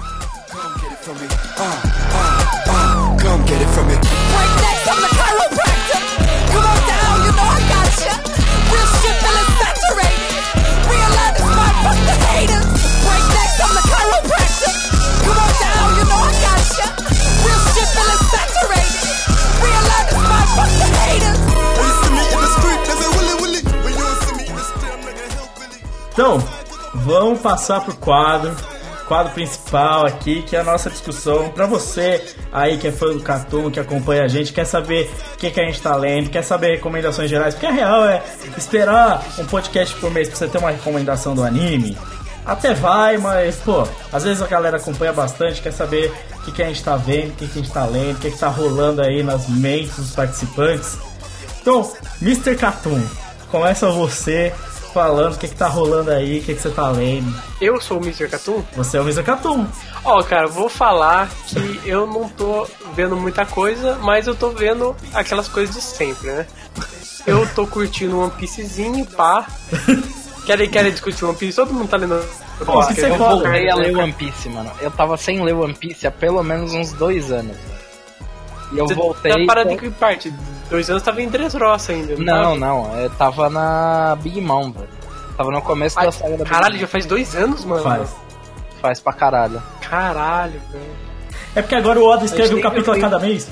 Come get it from me. Break necks, I'm the chiropractor. Come on down, you know I gotcha. Real shit feeling saturated. Realize it's my fuck the haters. Break necks, I'm the chiropractor. Come on down, you know I gotcha. Real shit feeling saturated. Realize it's my fuck the haters. When you see me in the street, they say Willy Willy. When you see me in the street, I'm like a hillbilly. Então, vamos passar pro quadro principal aqui, que é a nossa discussão. Pra você aí que é fã do Cartoon, que acompanha a gente, quer saber o que a gente tá lendo, quer saber recomendações gerais, porque a real é esperar um podcast por mês pra você ter uma recomendação do anime. Até vai, mas, pô, às vezes a galera acompanha bastante, quer saber o que a gente tá vendo, o que a gente tá lendo, o que tá rolando aí nas mentes dos participantes. Então, Mr. Cartoon, começa você falando o que tá rolando aí, o que você tá lendo. Eu sou o Mr. Cartoon? Você é o Mr. Cartoon. Ó, cara, vou falar que eu não tô vendo muita coisa, mas eu tô vendo aquelas coisas de sempre, né? Eu tô curtindo um One Piecezinho, pá. Querem discutir One Piece? Todo mundo tá lendo. Pô, que você Eu foda, voltei a né? ler One Piece, mano. Eu tava sem ler One Piece há pelo menos uns 2 anos. Velho. E eu Você voltei. tá parado em que parte? 2 anos tava em Dressrosa ainda. Não, eu tava na Big Mom, velho. Tava no começo da saga da Caralho, Big já faz 2 anos, mano. Faz. Mom. Faz pra caralho. Caralho, velho. É porque agora o Oda escreve A gente um tem capítulo a que- cada mês.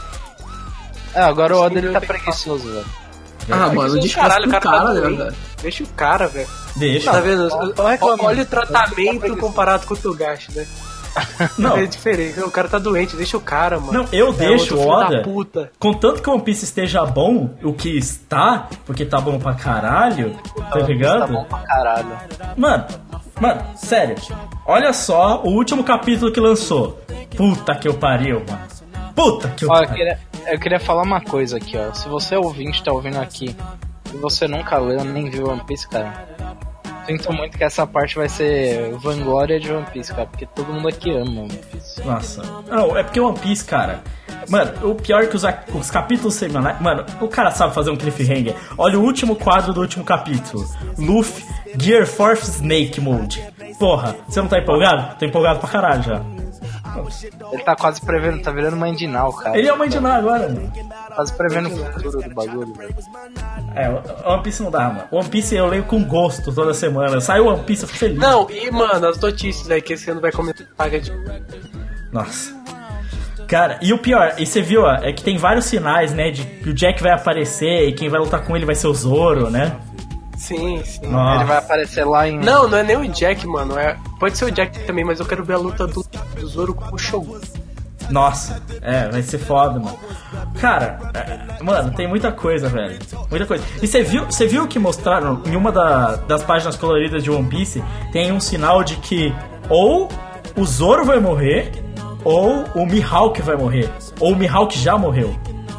É, agora o Acho Oda que ele tá não tem- preguiçoso, velho. Ah, mano, descansa Caralho, o pro cara tá cara, né, doente. velho? Deixa o cara, velho. Deixa. Tá vendo? tô reclamando. Olha o tratamento comparado com o Togashi, né? Não, É diferente. O cara tá doente, deixa o cara, mano. não, eu deixo outro o filho da Oda. puta. Contanto que o One Piece esteja bom, o que está, porque tá bom pra caralho, tá Tá ligado? bom pra caralho. Mano, sério. Olha só o último capítulo que lançou. Puta que eu pariu, mano. Puta que eu Ó, pariu. eu queria falar uma coisa aqui, ó. Se você ouvinte tá ouvindo aqui e você nunca leu nem viu One Piece, cara, sinto muito que essa parte vai ser vanglória de One Piece, cara, porque todo mundo aqui ama One Piece. Nossa. Não, é porque One Piece, cara. Mano, o pior é que os capítulos semanais. Mano, o cara sabe fazer um cliffhanger. Olha o último quadro do último capítulo: Luffy, Gear Force Snake Mode. Porra, você não tá empolgado? Tô empolgado pra caralho já. Ele tá quase prevendo, tá virando Mandinal, cara. Ele é o Mandinal agora, mano. Quase prevendo o futuro do bagulho, velho. One Piece não dá, mano. One Piece eu leio com gosto toda semana. Saiu One Piece, eu fico feliz. Não, e mano, as notícias aí que esse ano vai começar a paga de... Nossa. Cara, e o pior, e você viu, ó, é que tem vários sinais, né, de que o Jack vai aparecer e quem vai lutar com ele vai ser o Zoro, né? Sim. Nossa. Ele vai aparecer lá em... Não é nem o Jack, mano. Pode ser o Jack também, mas eu quero ver a luta do Zoro com o Shogun. Nossa, vai ser foda, mano. Cara, mano, tem muita coisa, velho. Muita coisa. E você viu que mostraram em uma das páginas coloridas de One Piece, tem um sinal de que ou o Zoro vai morrer, ou o Mihawk vai morrer. Ou o Mihawk já morreu.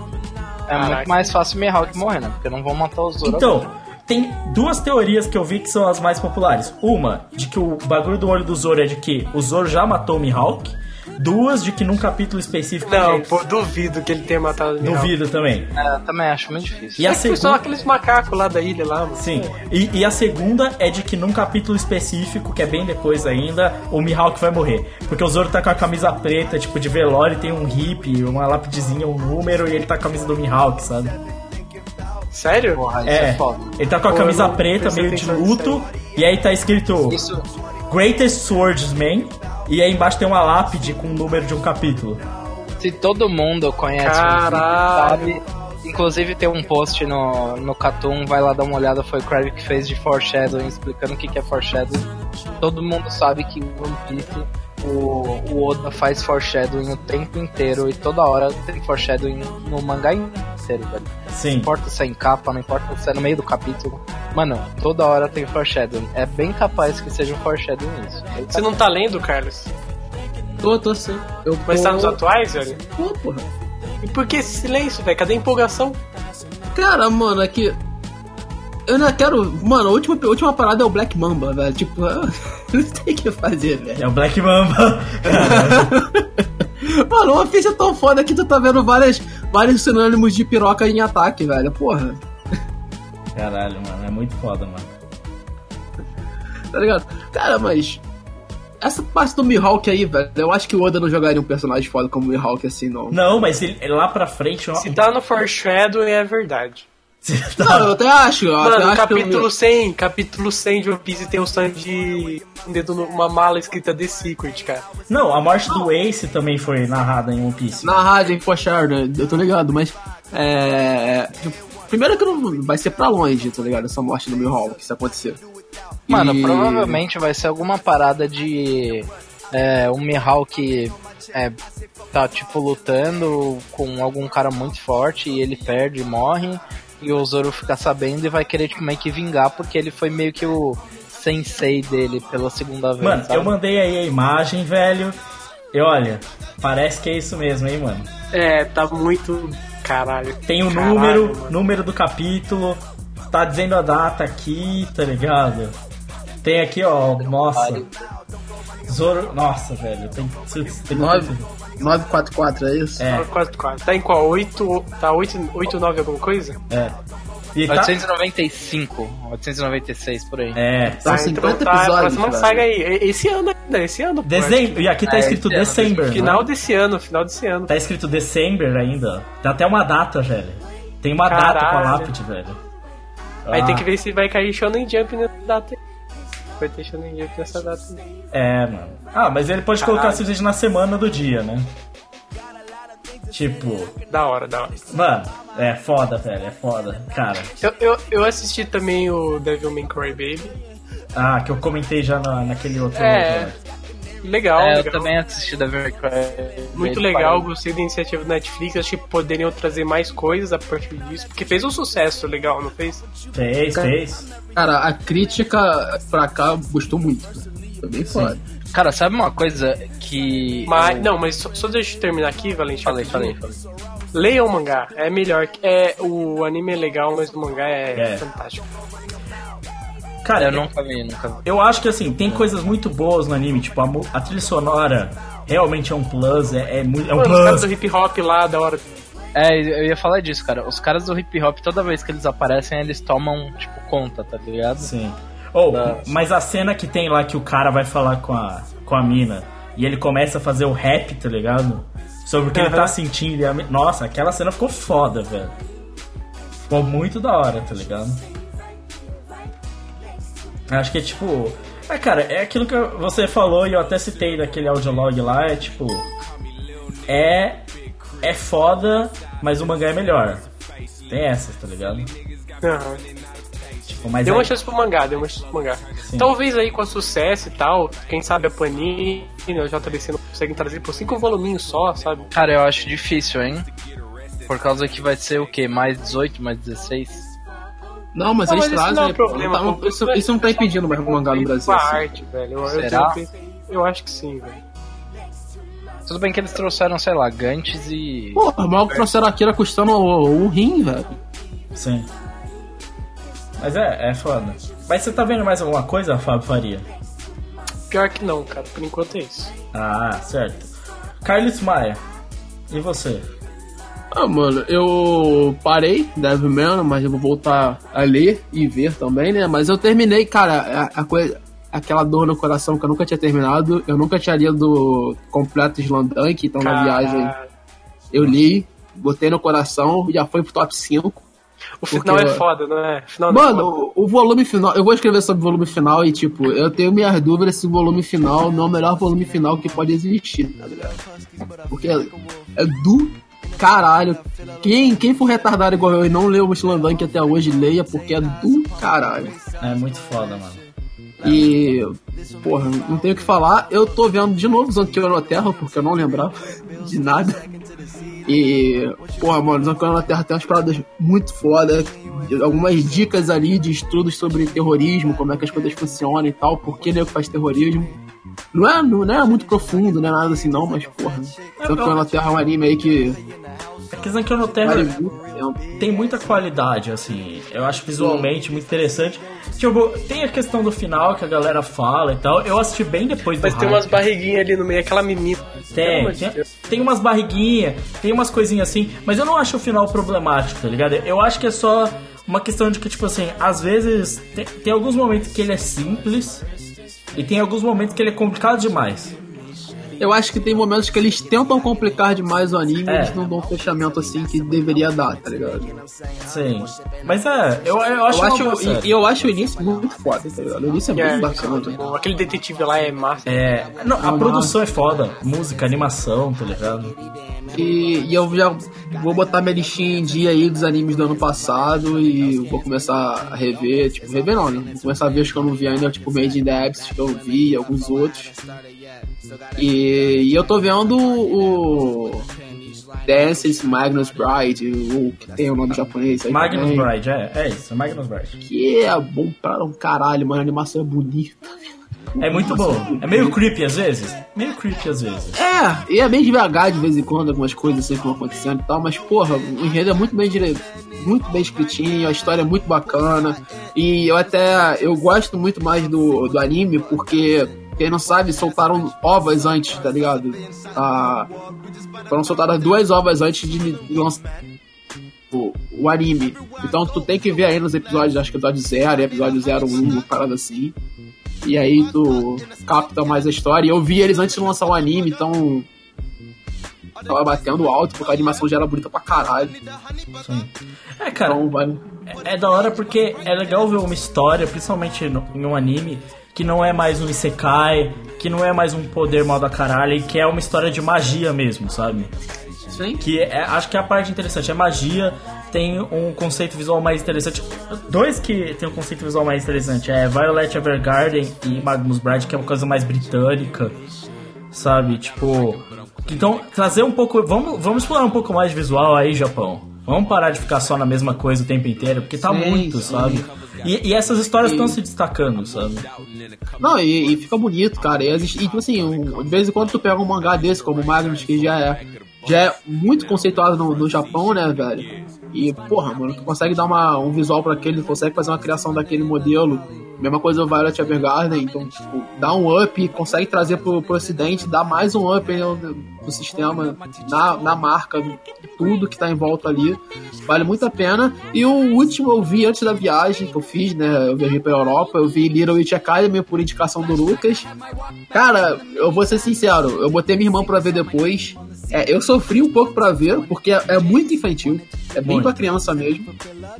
É muito mais fácil o Mihawk morrer, né? Porque não vão matar o Zoro. Então, tem duas teorias que eu vi que são as mais populares. Uma, de que o bagulho do olho do Zoro é de que o Zoro já matou o Mihawk. Duas, de que num capítulo específico... Não, pô, duvido que ele tenha matado o Mihawk. Duvido também. Eu também acho muito difícil. E a segunda... são aqueles macacos lá da ilha lá, mano. Sim, e a segunda é de que num capítulo específico, que é bem depois ainda, o Mihawk vai morrer. Porque o Zoro tá com a camisa preta, tipo de velório, tem um hippie, uma lápidezinha, um número, e ele tá com a camisa do Mihawk, sabe? Sério? Porra, isso é foda. Ele tá com a camisa preta, meio de luto, e aí tá escrito isso... Greatest Swordsman, e aí embaixo tem uma lápide com o número de um capítulo. Se todo mundo conhece Caralho. o filme, sabe? Inclusive tem um post no Cartoon, vai lá dar uma olhada, foi o Crave que fez de foreshadowing, explicando o que é foreshadowing. Todo mundo sabe que o One Piece, o Oda faz foreshadowing o tempo inteiro, e toda hora tem foreshadowing no mangá inteiro, velho. Sim. Não importa se é em capa, não importa se é no meio do capítulo. Mano, toda hora tem foreshadowing. É bem capaz que seja um foreshadowing isso. Você não tá lendo, Carlos? Tô sim. Mas tá nos atuais, velho? Pô, porra. E por que esse silêncio, velho? Cadê a empolgação? Cara, mano, é que... Eu ainda quero... Mano, a última parada é o Black Mamba, velho. Tipo, não tem o que fazer, velho. É o Black Mamba. Mano, uma ficha tão foda que tu tá vendo vários sinônimos de piroca em ataque, velho. Porra. Caralho, mano. É muito foda, mano. Tá ligado? Cara, mas... Essa parte do Mihawk aí, velho, eu acho que o Oda não jogaria um personagem foda como o Mihawk assim, não. Não, mas ele lá pra frente... Se tá no foreshadowing, é verdade. Não, eu até acho. Mano, no capítulo 100 de One Piece tem o Sanji numa mala escrita The Secret, cara. Não, a morte do Ace também foi narrada em One Piece. Narrada em Foreshadowing, eu tô ligado, mas... Primeiro que não vai ser pra longe, tá ligado? Essa morte do Mihawk, se acontecer. Mano, provavelmente vai ser alguma parada de... o Mihawk tá, tipo, lutando com algum cara muito forte e ele perde e morre. E o Zoro fica sabendo e vai querer, tipo, meio que vingar, porque ele foi meio que o sensei dele pela segunda vez. Mano, sabe? eu mandei aí a imagem, velho. E olha, parece que é isso mesmo, hein, mano? Tá muito... Caralho. Tem o número do capítulo. Tá dizendo a data aqui, tá ligado? Tem aqui, ó, nossa. Zoro... Nossa, velho. Tem 944, é isso? 944. Tá em qual? 8... Tá 89 alguma coisa? E 895, 896 por aí. São 50 episódios. A próxima saga aí. Esse ano. Dezembro. E aqui tá escrito December. Final desse ano. Tá escrito December ainda. Tem até uma data, velho. Tem uma data com a lápide, velho. Aí tem que ver se vai cair Shonen Jump nessa data. Vai ter Shonen Jump nessa data. Mano. Mas ele pode colocar simplesmente na semana do dia, né? Tipo... Da hora. Mano, é foda, velho. É foda. Cara... Eu assisti também o Devilman Crybaby. Que eu comentei já naquele outro... Legal. Eu também assisti Devilman Crybaby. Muito legal, gostei da iniciativa do Netflix. Acho que poderiam trazer mais coisas a partir disso. Porque fez um sucesso legal, não fez? Fez. Cara, a crítica pra cá gostou muito. Foi bem foda. Cara, sabe uma coisa que... Mas só deixa eu terminar aqui, Valente. Falei. Leia o mangá, é melhor. O anime é legal, mas o mangá é fantástico. Cara, eu nunca vi. Eu acho que, assim, tem coisas muito boas no anime. Tipo, a trilha sonora realmente é um plus. É um plus. Os caras do hip hop lá, da hora... eu ia falar disso, cara. Os caras do hip hop, toda vez que eles aparecem, eles tomam, tipo, conta, tá ligado? Sim. Mas a cena que tem lá que o cara vai falar com a mina, e ele começa a fazer o rap, tá ligado? Sobre o que ele tá sentindo. Nossa, aquela cena ficou foda, velho. Ficou muito da hora, tá ligado? Acho que é tipo... cara, é aquilo que você falou e eu até citei daquele audiolog lá, é tipo... É foda, mas o mangá é melhor. Tem essas, tá ligado? Tipo, mas deu uma chance pro mangá, Sim. Talvez aí com sucesso e tal, quem sabe a Panini e o JBC não conseguem trazer por 5 voluminhos só, sabe? Cara, eu acho difícil, hein? Por causa que vai ser o quê? Mais 18, mais 16? Não, mas eles trazem... Não é problema, isso não tá impedindo mais o mangá no Brasil. Com a arte, velho. Será? Eu acho que sim, velho. Tudo bem que eles trouxeram, sei lá, Gantz e... Porra, mal que trouxeram a Akira custando um rim, velho. Sim. Mas é foda. Mas você tá vendo mais alguma coisa, Fábio Faria? Pior que não, cara. Por enquanto é isso. Ah, certo. Carlos Maia, e você? Mano, eu parei Devilman, mas eu vou voltar a ler e ver também, né? Mas eu terminei, cara, aquela dor no coração que eu nunca tinha terminado. Eu nunca tinha lido completo Slandunk, então na viagem eu li, botei no coração, já foi pro top 5. O final é foda, não é? Mano, o volume final, eu vou escrever sobre o volume final e tipo, eu tenho minhas dúvidas se o volume final não é o melhor volume final que pode existir, tá ligado? Porque é do caralho. Quem for retardado igual eu e não leu o Slandunk até hoje, leia, porque é do caralho. É muito foda, mano. E, porra, não tenho o que falar. Eu tô vendo de novo Zankiyo no Terra, porque eu não lembrava de nada. E, porra, mano, Zankiyo no Terra tem umas paradas muito foda, algumas dicas ali de estudos sobre terrorismo, como é que as coisas funcionam e tal, por que nego faz terrorismo. Não é muito profundo, não é nada assim não, mas, porra, Zankiyo no Terra é um anime aí que... É que Zankiyo no Terra tem muita qualidade, assim. Eu acho visualmente muito interessante. Tipo, tem a questão do final que a galera fala e tal. Eu assisti bem depois do Mas tem umas barriguinhas ali no meio, aquela menina. Tem umas barriguinhas, tem umas coisinhas assim. Mas eu não acho o final problemático, tá ligado? Eu acho que é só uma questão de que, tipo assim, às vezes tem alguns momentos que ele é simples e tem alguns momentos que ele é complicado demais. Eu acho que tem momentos que eles tentam complicar demais o anime e eles não dão o fechamento assim que deveria dar, tá ligado? Sim. Mas eu acho eu acho o início muito foda, tá ligado? O início é muito bacana. Bom, aquele detetive lá é massa. A produção é foda. Música, animação, tá ligado? E eu já vou botar minha listinha em dia aí dos animes do ano passado e vou começar a rever, tipo, rever não, né? Vou começar a ver os que eu não vi ainda, tipo Made in the Abyss que eu vi e alguns outros. E eu tô vendo o Dances Magnus Bride, o que tem o nome japonês aí. Magnus Bride, é isso, Magnus Bride. Que é bom para um caralho, mano, a animação é bonita. É muito bom. É meio creepy às vezes. E é bem devagar de vez em quando, algumas coisas assim que vão acontecendo e tal, mas porra, o enredo é muito bem escritinho, a história é muito bacana. E eu gosto muito mais do anime, porque quem não sabe, soltaram ovas antes, tá ligado? Foram soltadas 2 ovas antes de lançar o anime. Então tu tem que ver aí nos episódios, acho que episódio 0 e episódio 01, uma parada assim. E aí tu capta mais a história. E eu vi eles antes de lançar o anime, então tava batendo alto, porque a animação já era bonita pra caralho. Sim. Cara, então, é da hora porque é legal ver uma história, principalmente em um anime, que não é mais um isekai, que não é mais um poder mal da caralho, que é uma história de magia mesmo, sabe? Sim. Que acho que é a parte interessante, é magia, tem um conceito visual mais interessante. 2 que tem um conceito visual mais interessante é Violet Evergarden e Magnus Bride, que é uma coisa mais britânica, sabe? Tipo, então trazer um pouco, vamos explorar um pouco mais de visual aí, Japão. Vamos parar de ficar só na mesma coisa o tempo inteiro, porque tá muito, sabe? E essas histórias estão se destacando, sabe? Não, e fica bonito, cara. E tipo assim, de vez em quando tu pega um mangá desse, como o Magnus, que já é muito conceituado no Japão, né, velho? E, porra, mano, tu consegue dar um visual pra aquele, consegue fazer uma criação daquele modelo Mesma coisa o Violet Evergarden, então, tipo, dá um up, consegue trazer pro ocidente, dá mais um up no sistema, na marca, tudo que tá em volta ali. Vale muito a pena. E o último eu vi antes da viagem que eu fiz, né? Eu viajei pra Europa, eu vi Little Witch Academy por indicação do Lucas. Cara, eu vou ser sincero, eu botei minha irmã pra ver depois. Eu sofri um pouco pra ver, porque é muito infantil. É bem pra criança mesmo.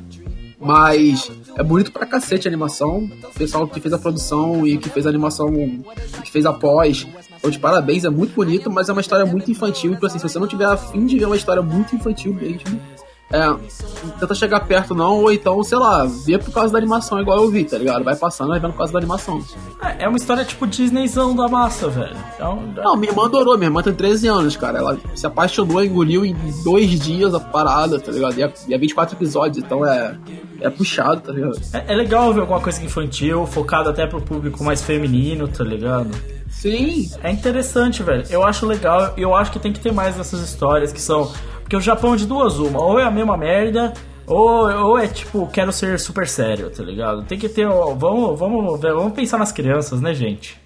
Mas é bonito pra cacete a animação. O pessoal que fez a produção e que fez a animação, que fez a pós, então de parabéns, é muito bonito, mas é uma história muito infantil. Então assim, se você não tiver a fim de ver uma história muito infantil mesmo, tenta chegar perto não, ou então, sei lá, vê por causa da animação igual eu vi, tá ligado? Vai passando, vai vendo por causa da animação. É uma história tipo Disneyzão da massa, velho. Não, minha irmã adorou, minha irmã tem 13 anos, cara. Ela se apaixonou, engoliu em 2 dias a parada, tá ligado? E é 24 episódios, então é puxado, tá ligado? É legal ver alguma coisa infantil, focado até pro público mais feminino, tá ligado? Sim. É interessante, velho. Eu acho legal, eu acho que tem que ter mais dessas histórias que são... Porque o Japão é de duas uma, ou é a mesma merda, ou é tipo, quero ser super sério, tá ligado? Tem que ter, vamos pensar nas crianças, né, gente?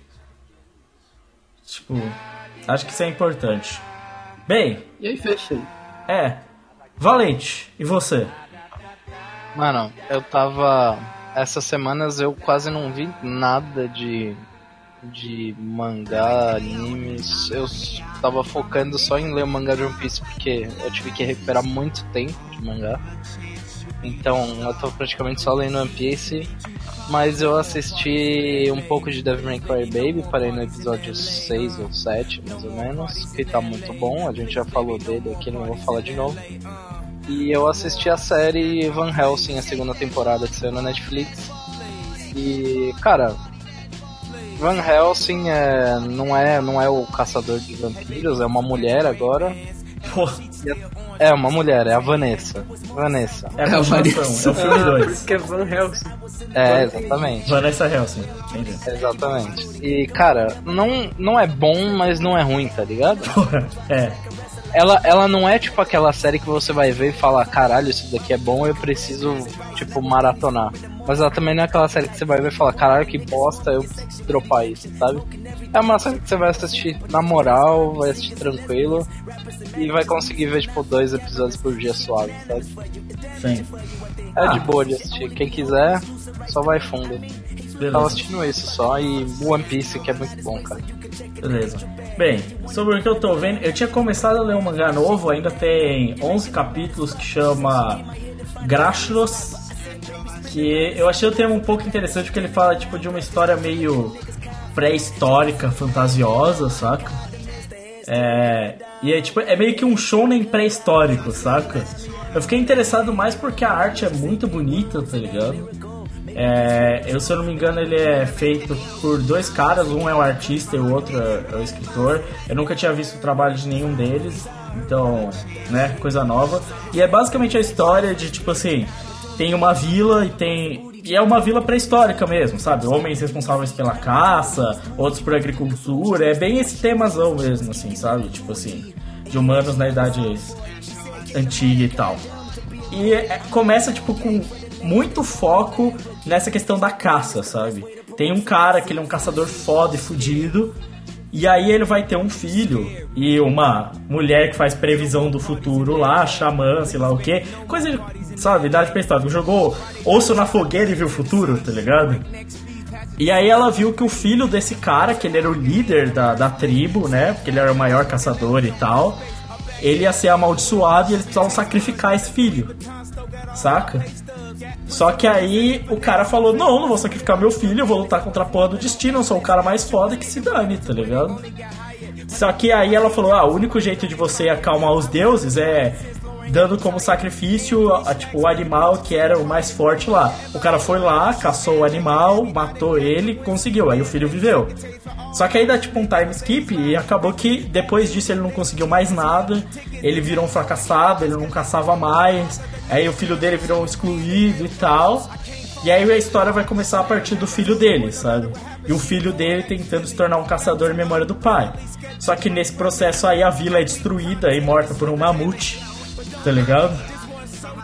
Tipo, acho que isso é importante. Bem... E aí, fecha aí. Valente, e você? Mano, eu tava... Essas semanas eu quase não vi nada de mangá, animes. Eu tava focando só em ler o mangá de One Piece, porque eu tive que recuperar muito tempo de mangá. Então eu tô praticamente só lendo One Piece. Mas eu assisti um pouco de Devil May Cry Baby, parei no episódio 6 ou 7, mais ou menos, que tá muito bom, a gente já falou dele aqui, não vou falar de novo. E eu assisti a série Van Helsing, a segunda temporada que saiu na Netflix. E, cara, Van Helsing não é o caçador de vampiros, é uma mulher agora. É uma mulher, é a Vanessa. É a Vanessa. É o filme 2. Porque é Van Helsing. Exatamente. Vanessa Helsing. Entendi. Exatamente. E, cara, não é bom, mas não é ruim, tá ligado? Ela não é tipo aquela série que você vai ver e falar, caralho, isso daqui é bom, eu preciso, tipo, maratonar. Mas ela também não é aquela série que você vai ver e falar, caralho, que bosta, eu preciso dropar isso, sabe? É uma série que você vai assistir na moral, vai assistir tranquilo e vai conseguir ver, tipo, 2 episódios por dia suave, sabe? Sim. De boa de assistir. Quem quiser, só vai fundo. Beleza. Tava assistindo isso só, e One Piece, que é muito bom, cara. Beleza. Bem, sobre o que eu tô vendo, eu tinha começado a ler um mangá novo, ainda tem 11 capítulos, que chama Grashros, que eu achei o tema um pouco interessante, porque ele fala tipo de uma história meio pré-histórica, fantasiosa, saca? E é tipo, é meio que um shonen pré-histórico, saca? Eu fiquei interessado mais porque a arte é muito bonita, tá ligado? Se eu não me engano, ele é feito por 2 caras, um é o artista e o outro é o escritor. Eu nunca tinha visto o trabalho de nenhum deles, então, né, coisa nova. E é basicamente a história de, tipo assim, tem uma vila e é uma vila pré-histórica mesmo, sabe? Homens responsáveis pela caça, outros por agricultura, é bem esse temazão mesmo, assim, sabe? Tipo assim, de humanos na idade antiga e tal. E começa, tipo, com muito foco nessa questão da caça, sabe? Tem um cara que ele é um caçador foda e fudido, e aí ele vai ter um filho e uma mulher que faz previsão do futuro lá, xamã, sei lá o que, coisa de, sabe, idade pré-histórica. Jogou osso na fogueira e viu o futuro, tá ligado? E aí ela viu que o filho desse cara, que ele era o líder da tribo, né, porque ele era o maior caçador e tal, ele ia ser amaldiçoado e eles precisavam sacrificar esse filho, saca? Só que aí o cara falou, não vou sacrificar meu filho, eu vou lutar contra a porra do destino, eu sou o cara mais foda que se dane, tá ligado? Só que aí ela falou, o único jeito de você acalmar os deuses é dando como sacrifício tipo, o animal que era o mais forte lá. O cara foi lá, caçou o animal, matou ele, conseguiu, aí o filho viveu. Só que aí dá tipo um time skip e acabou que depois disso ele não conseguiu mais nada, ele virou um fracassado, ele não caçava mais, aí o filho dele virou um excluído e tal. E aí a história vai começar a partir do filho dele, sabe? E o filho dele tentando se tornar um caçador em memória do pai. Só que nesse processo aí a vila é destruída e morta por um mamute, tá ligado?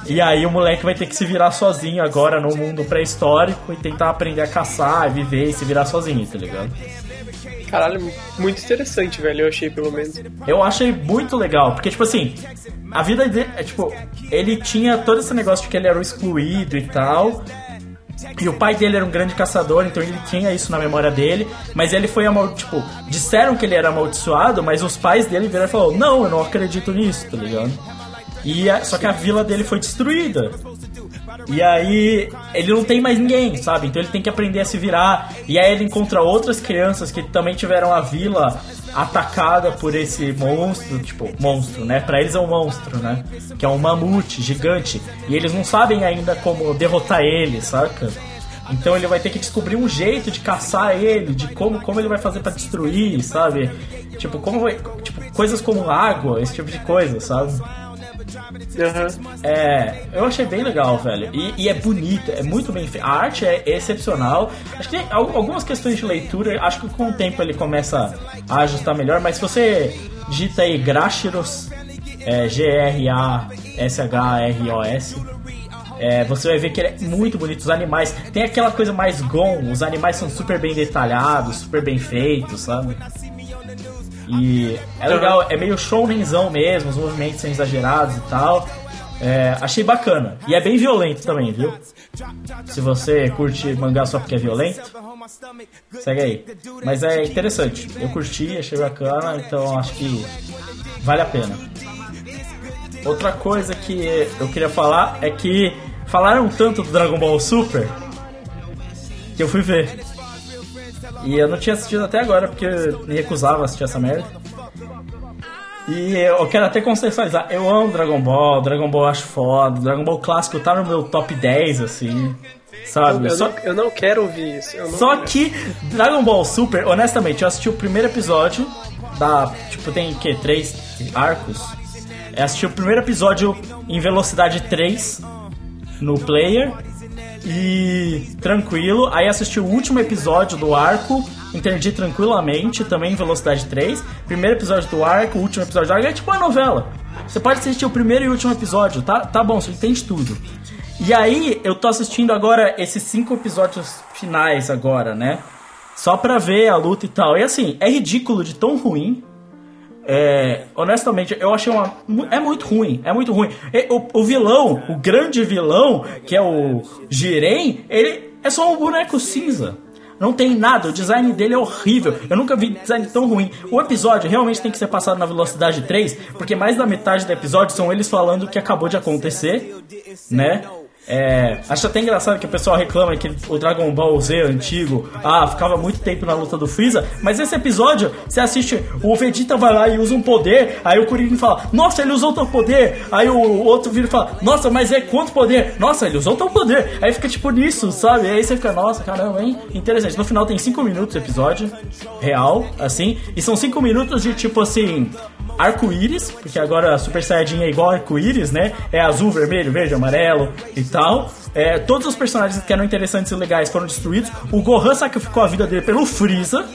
E aí o moleque vai ter que se virar sozinho agora no mundo pré-histórico e tentar aprender a caçar, viver e se virar sozinho, tá ligado? Caralho, muito interessante, velho, eu achei, pelo menos. Eu achei muito legal, porque, tipo assim, a vida dele, tipo, ele tinha todo esse negócio de que ele era o excluído e tal, e o pai dele era um grande caçador, então ele tinha isso na memória dele, mas ele foi tipo, disseram que ele era amaldiçoado, mas os pais dele vieram e falaram, não, eu não acredito nisso, tá ligado? Só que a vila dele foi destruída. E aí ele não tem mais ninguém, sabe? Então ele tem que aprender a se virar. E aí ele encontra outras crianças que também tiveram a vila atacada por esse monstro. Tipo, monstro, né? Pra eles é um monstro, né? Que é um mamute gigante. E eles não sabem ainda como derrotar ele, saca? Então ele vai ter que descobrir um jeito de caçar ele, de como ele vai fazer pra destruir, sabe? Tipo, coisas como água, esse tipo de coisa, sabe? Uhum. Eu achei bem legal, velho. E é bonito, é muito bem feito. A arte é excepcional. Acho que tem algumas questões de leitura, acho que com o tempo ele começa a ajustar melhor, mas se você digita aí Grashros, Grashros, você vai ver que ele é muito bonito. Os animais, tem aquela coisa mais Gon, os animais são super bem detalhados, super bem feitos, sabe? E é legal, é meio shounenzão mesmo, os movimentos são exagerados e tal. Achei bacana. E é bem violento também, viu? Se você curte mangá só porque é violento, segue aí. Mas é interessante, eu curti, achei bacana, então acho que vale a pena. Outra coisa que eu queria falar é que falaram tanto do Dragon Ball Super que eu fui ver. E eu não tinha assistido até agora, porque eu me recusava a assistir essa merda. E eu quero até contextualizar. Eu amo Dragon Ball eu acho foda. Dragon Ball clássico tá no meu top 10, assim, sabe? Eu não quero ouvir isso. Que Dragon Ball Super, honestamente, eu assisti o primeiro episódio tipo, tem o quê? 3 arcos? Eu assisti o primeiro episódio em velocidade 3 no player. E tranquilo, aí assisti o último episódio do arco, entendi tranquilamente, também em velocidade 3. Primeiro episódio do arco, o último episódio do arco, é tipo uma novela. Você pode assistir o primeiro e o último episódio, tá bom, você entende tudo. E aí, eu tô assistindo agora esses 5 episódios finais agora, né? Só pra ver a luta e tal. E assim, é ridículo de tão ruim. Honestamente, eu achei é muito ruim. O vilão, o grande vilão, que é o Jiren, ele é só um boneco cinza. Não tem nada, o design dele é horrível. Eu nunca vi design tão ruim. O episódio realmente tem que ser passado na velocidade 3, porque mais da metade do episódio são eles falando o que acabou de acontecer, né? Acho até engraçado que o pessoal reclama que o Dragon Ball Z antigo ficava muito tempo na luta do Freeza, mas esse episódio, você assiste, o Vegeta vai lá e usa um poder, aí o Kuririn fala, nossa, ele usou teu poder, aí o outro vira e fala, nossa, mas quanto poder? Nossa, ele usou teu poder, aí fica tipo nisso, sabe? Aí você fica, nossa, caramba, hein? Interessante. No final tem 5 minutos o episódio real, assim, e são 5 minutos de tipo assim, arco-íris, porque agora Super Saiyajin é igual arco-íris, né? É azul, vermelho, verde, amarelo e tal. Todos os personagens que eram interessantes e legais foram destruídos. O Gohan sacrificou a vida dele pelo Freeza.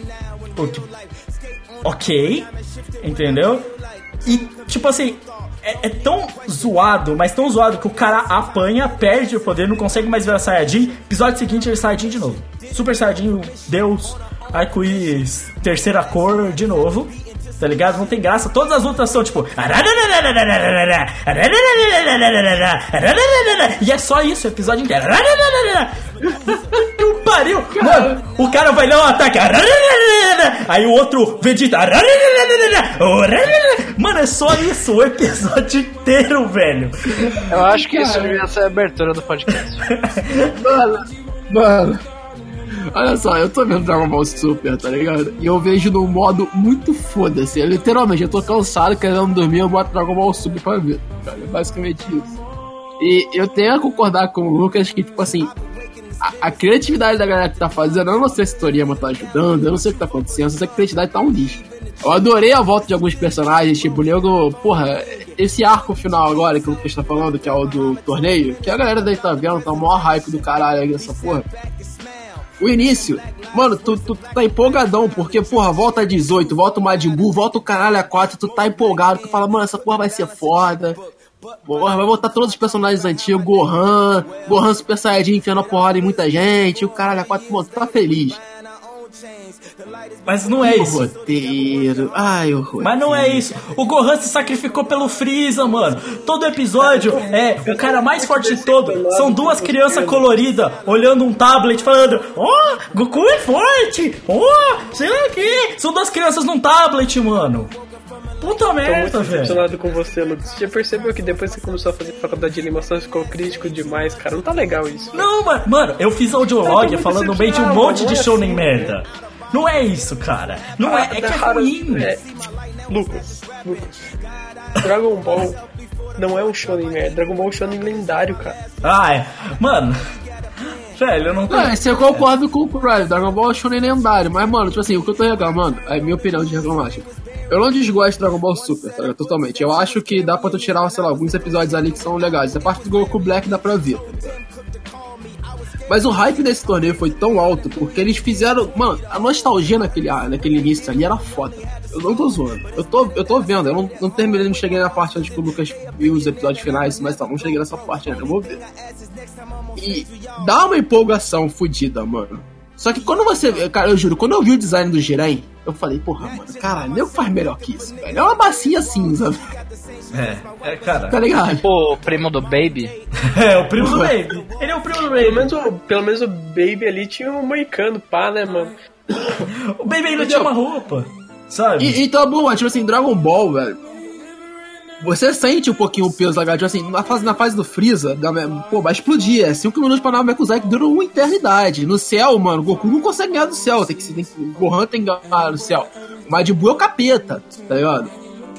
Ok, entendeu? E tipo assim, é tão zoado, mas tão zoado que o cara apanha, perde o poder, não consegue mais virar Saiyajin. Episódio seguinte ele é Saiyajin de novo. Super Saiyajin, Deus, arco-íris, terceira cor de novo. Tá ligado? Não tem graça. Todas as lutas são tipo. E é só isso, o episódio inteiro. Que pariu! Mano, o cara vai dar um ataque. Aí o outro Vegeta. Mano, é só isso, o episódio inteiro, velho. Eu acho que isso devia ser a abertura do podcast. Mano. Olha só, eu tô vendo Dragon Ball Super, tá ligado? E eu vejo num modo muito foda-se. Literalmente, eu tô cansado, querendo dormir, eu boto Dragon Ball Super pra ver. Cara, é basicamente isso. E eu tenho a concordar com o Lucas que, tipo assim, a criatividade da galera que tá fazendo, eu não sei se Toriyama tá ajudando, eu não sei o que tá acontecendo, só sei que a criatividade tá um lixo. Eu adorei a volta de alguns personagens, tipo, o nego, porra, esse arco final agora que o Lucas tá falando, que é o do torneio, que a galera daí tá vendo, tá o maior hype do caralho aí nessa porra. O início, mano, tu tá empolgadão, porque, porra, volta 18, volta o Majin Buu, volta o caralho a 4, tu tá empolgado, tu fala, mano, essa porra vai ser foda, Porra, vai botar todos os personagens antigos, Gohan Super Saiyajin enfiando a porrada em muita gente, o caralho, a 4, mano, tá feliz. Mas não é isso. Roteiro. Ai, o roteiro. Mas não é isso. O Gohan se sacrificou pelo Freeza, mano. Todo episódio é o cara mais forte de todo. São duas crianças coloridas olhando um tablet falando: ó, Goku é forte. Ó, sei lá o que. São duas crianças num tablet, mano. Puta Tô merda, muito velho. decepcionado com você, Lucas. Você já percebeu que depois que você começou a fazer faculdade de animação, você ficou crítico demais, cara? Não tá legal isso. Não, mano, eu fiz audiolog muito falando bem de um decepcionado, monte não de é shonen assim. merda. Não é isso, cara. Não é que é ruim. Lucas. Dragon Ball não é um shonen merda. Dragon Ball é um shonen lendário, cara. Ah, é. Mano. Velho, eu não tô... Não, você concorda com o Prime, Dragon Ball é shonen lendário, mas, mano, tipo assim, o que eu tô reclamando, é minha opinião de reclamar, tipo, eu não desgosto de Dragon Ball Super, tá ligado? Totalmente. Eu acho que dá pra tu tirar, sei lá, alguns episódios ali que são legais. A parte do Goku Black dá pra ver, tá ligado? Mas o hype desse torneio foi tão alto, porque eles fizeram... Mano, a nostalgia naquele início ali era foda. Eu não tô zoando. Eu tô vendo. Eu não terminei, não cheguei na parte onde o Lucas viu os episódios finais, mas tá, não cheguei nessa parte ainda. Eu vou ver. E dá uma empolgação fodida, mano. Só que quando você... Cara, eu juro, quando eu vi o design do Jiren, eu falei, porra, mano, caralho, nem faz melhor que isso, velho. É uma massinha cinza, velho. Cara. Tá ligado? Tipo o primo do Baby. É, o primo do Baby. Ele é o primo do Baby. Pelo menos o Baby ali tinha um moicano, pá, né, mano? O Baby ainda tinha uma roupa, sabe? E tá bom, tipo assim, Dragon Ball, velho. Você sente um pouquinho o peso, tipo assim, na fase do Freeza, pô, vai explodir. É 5 minutos pra Namekusai que dura uma eternidade. No céu, mano, o Goku não consegue ganhar do céu. O Gohan tem que ganhar do céu. O Majin Buu é o capeta, tá ligado?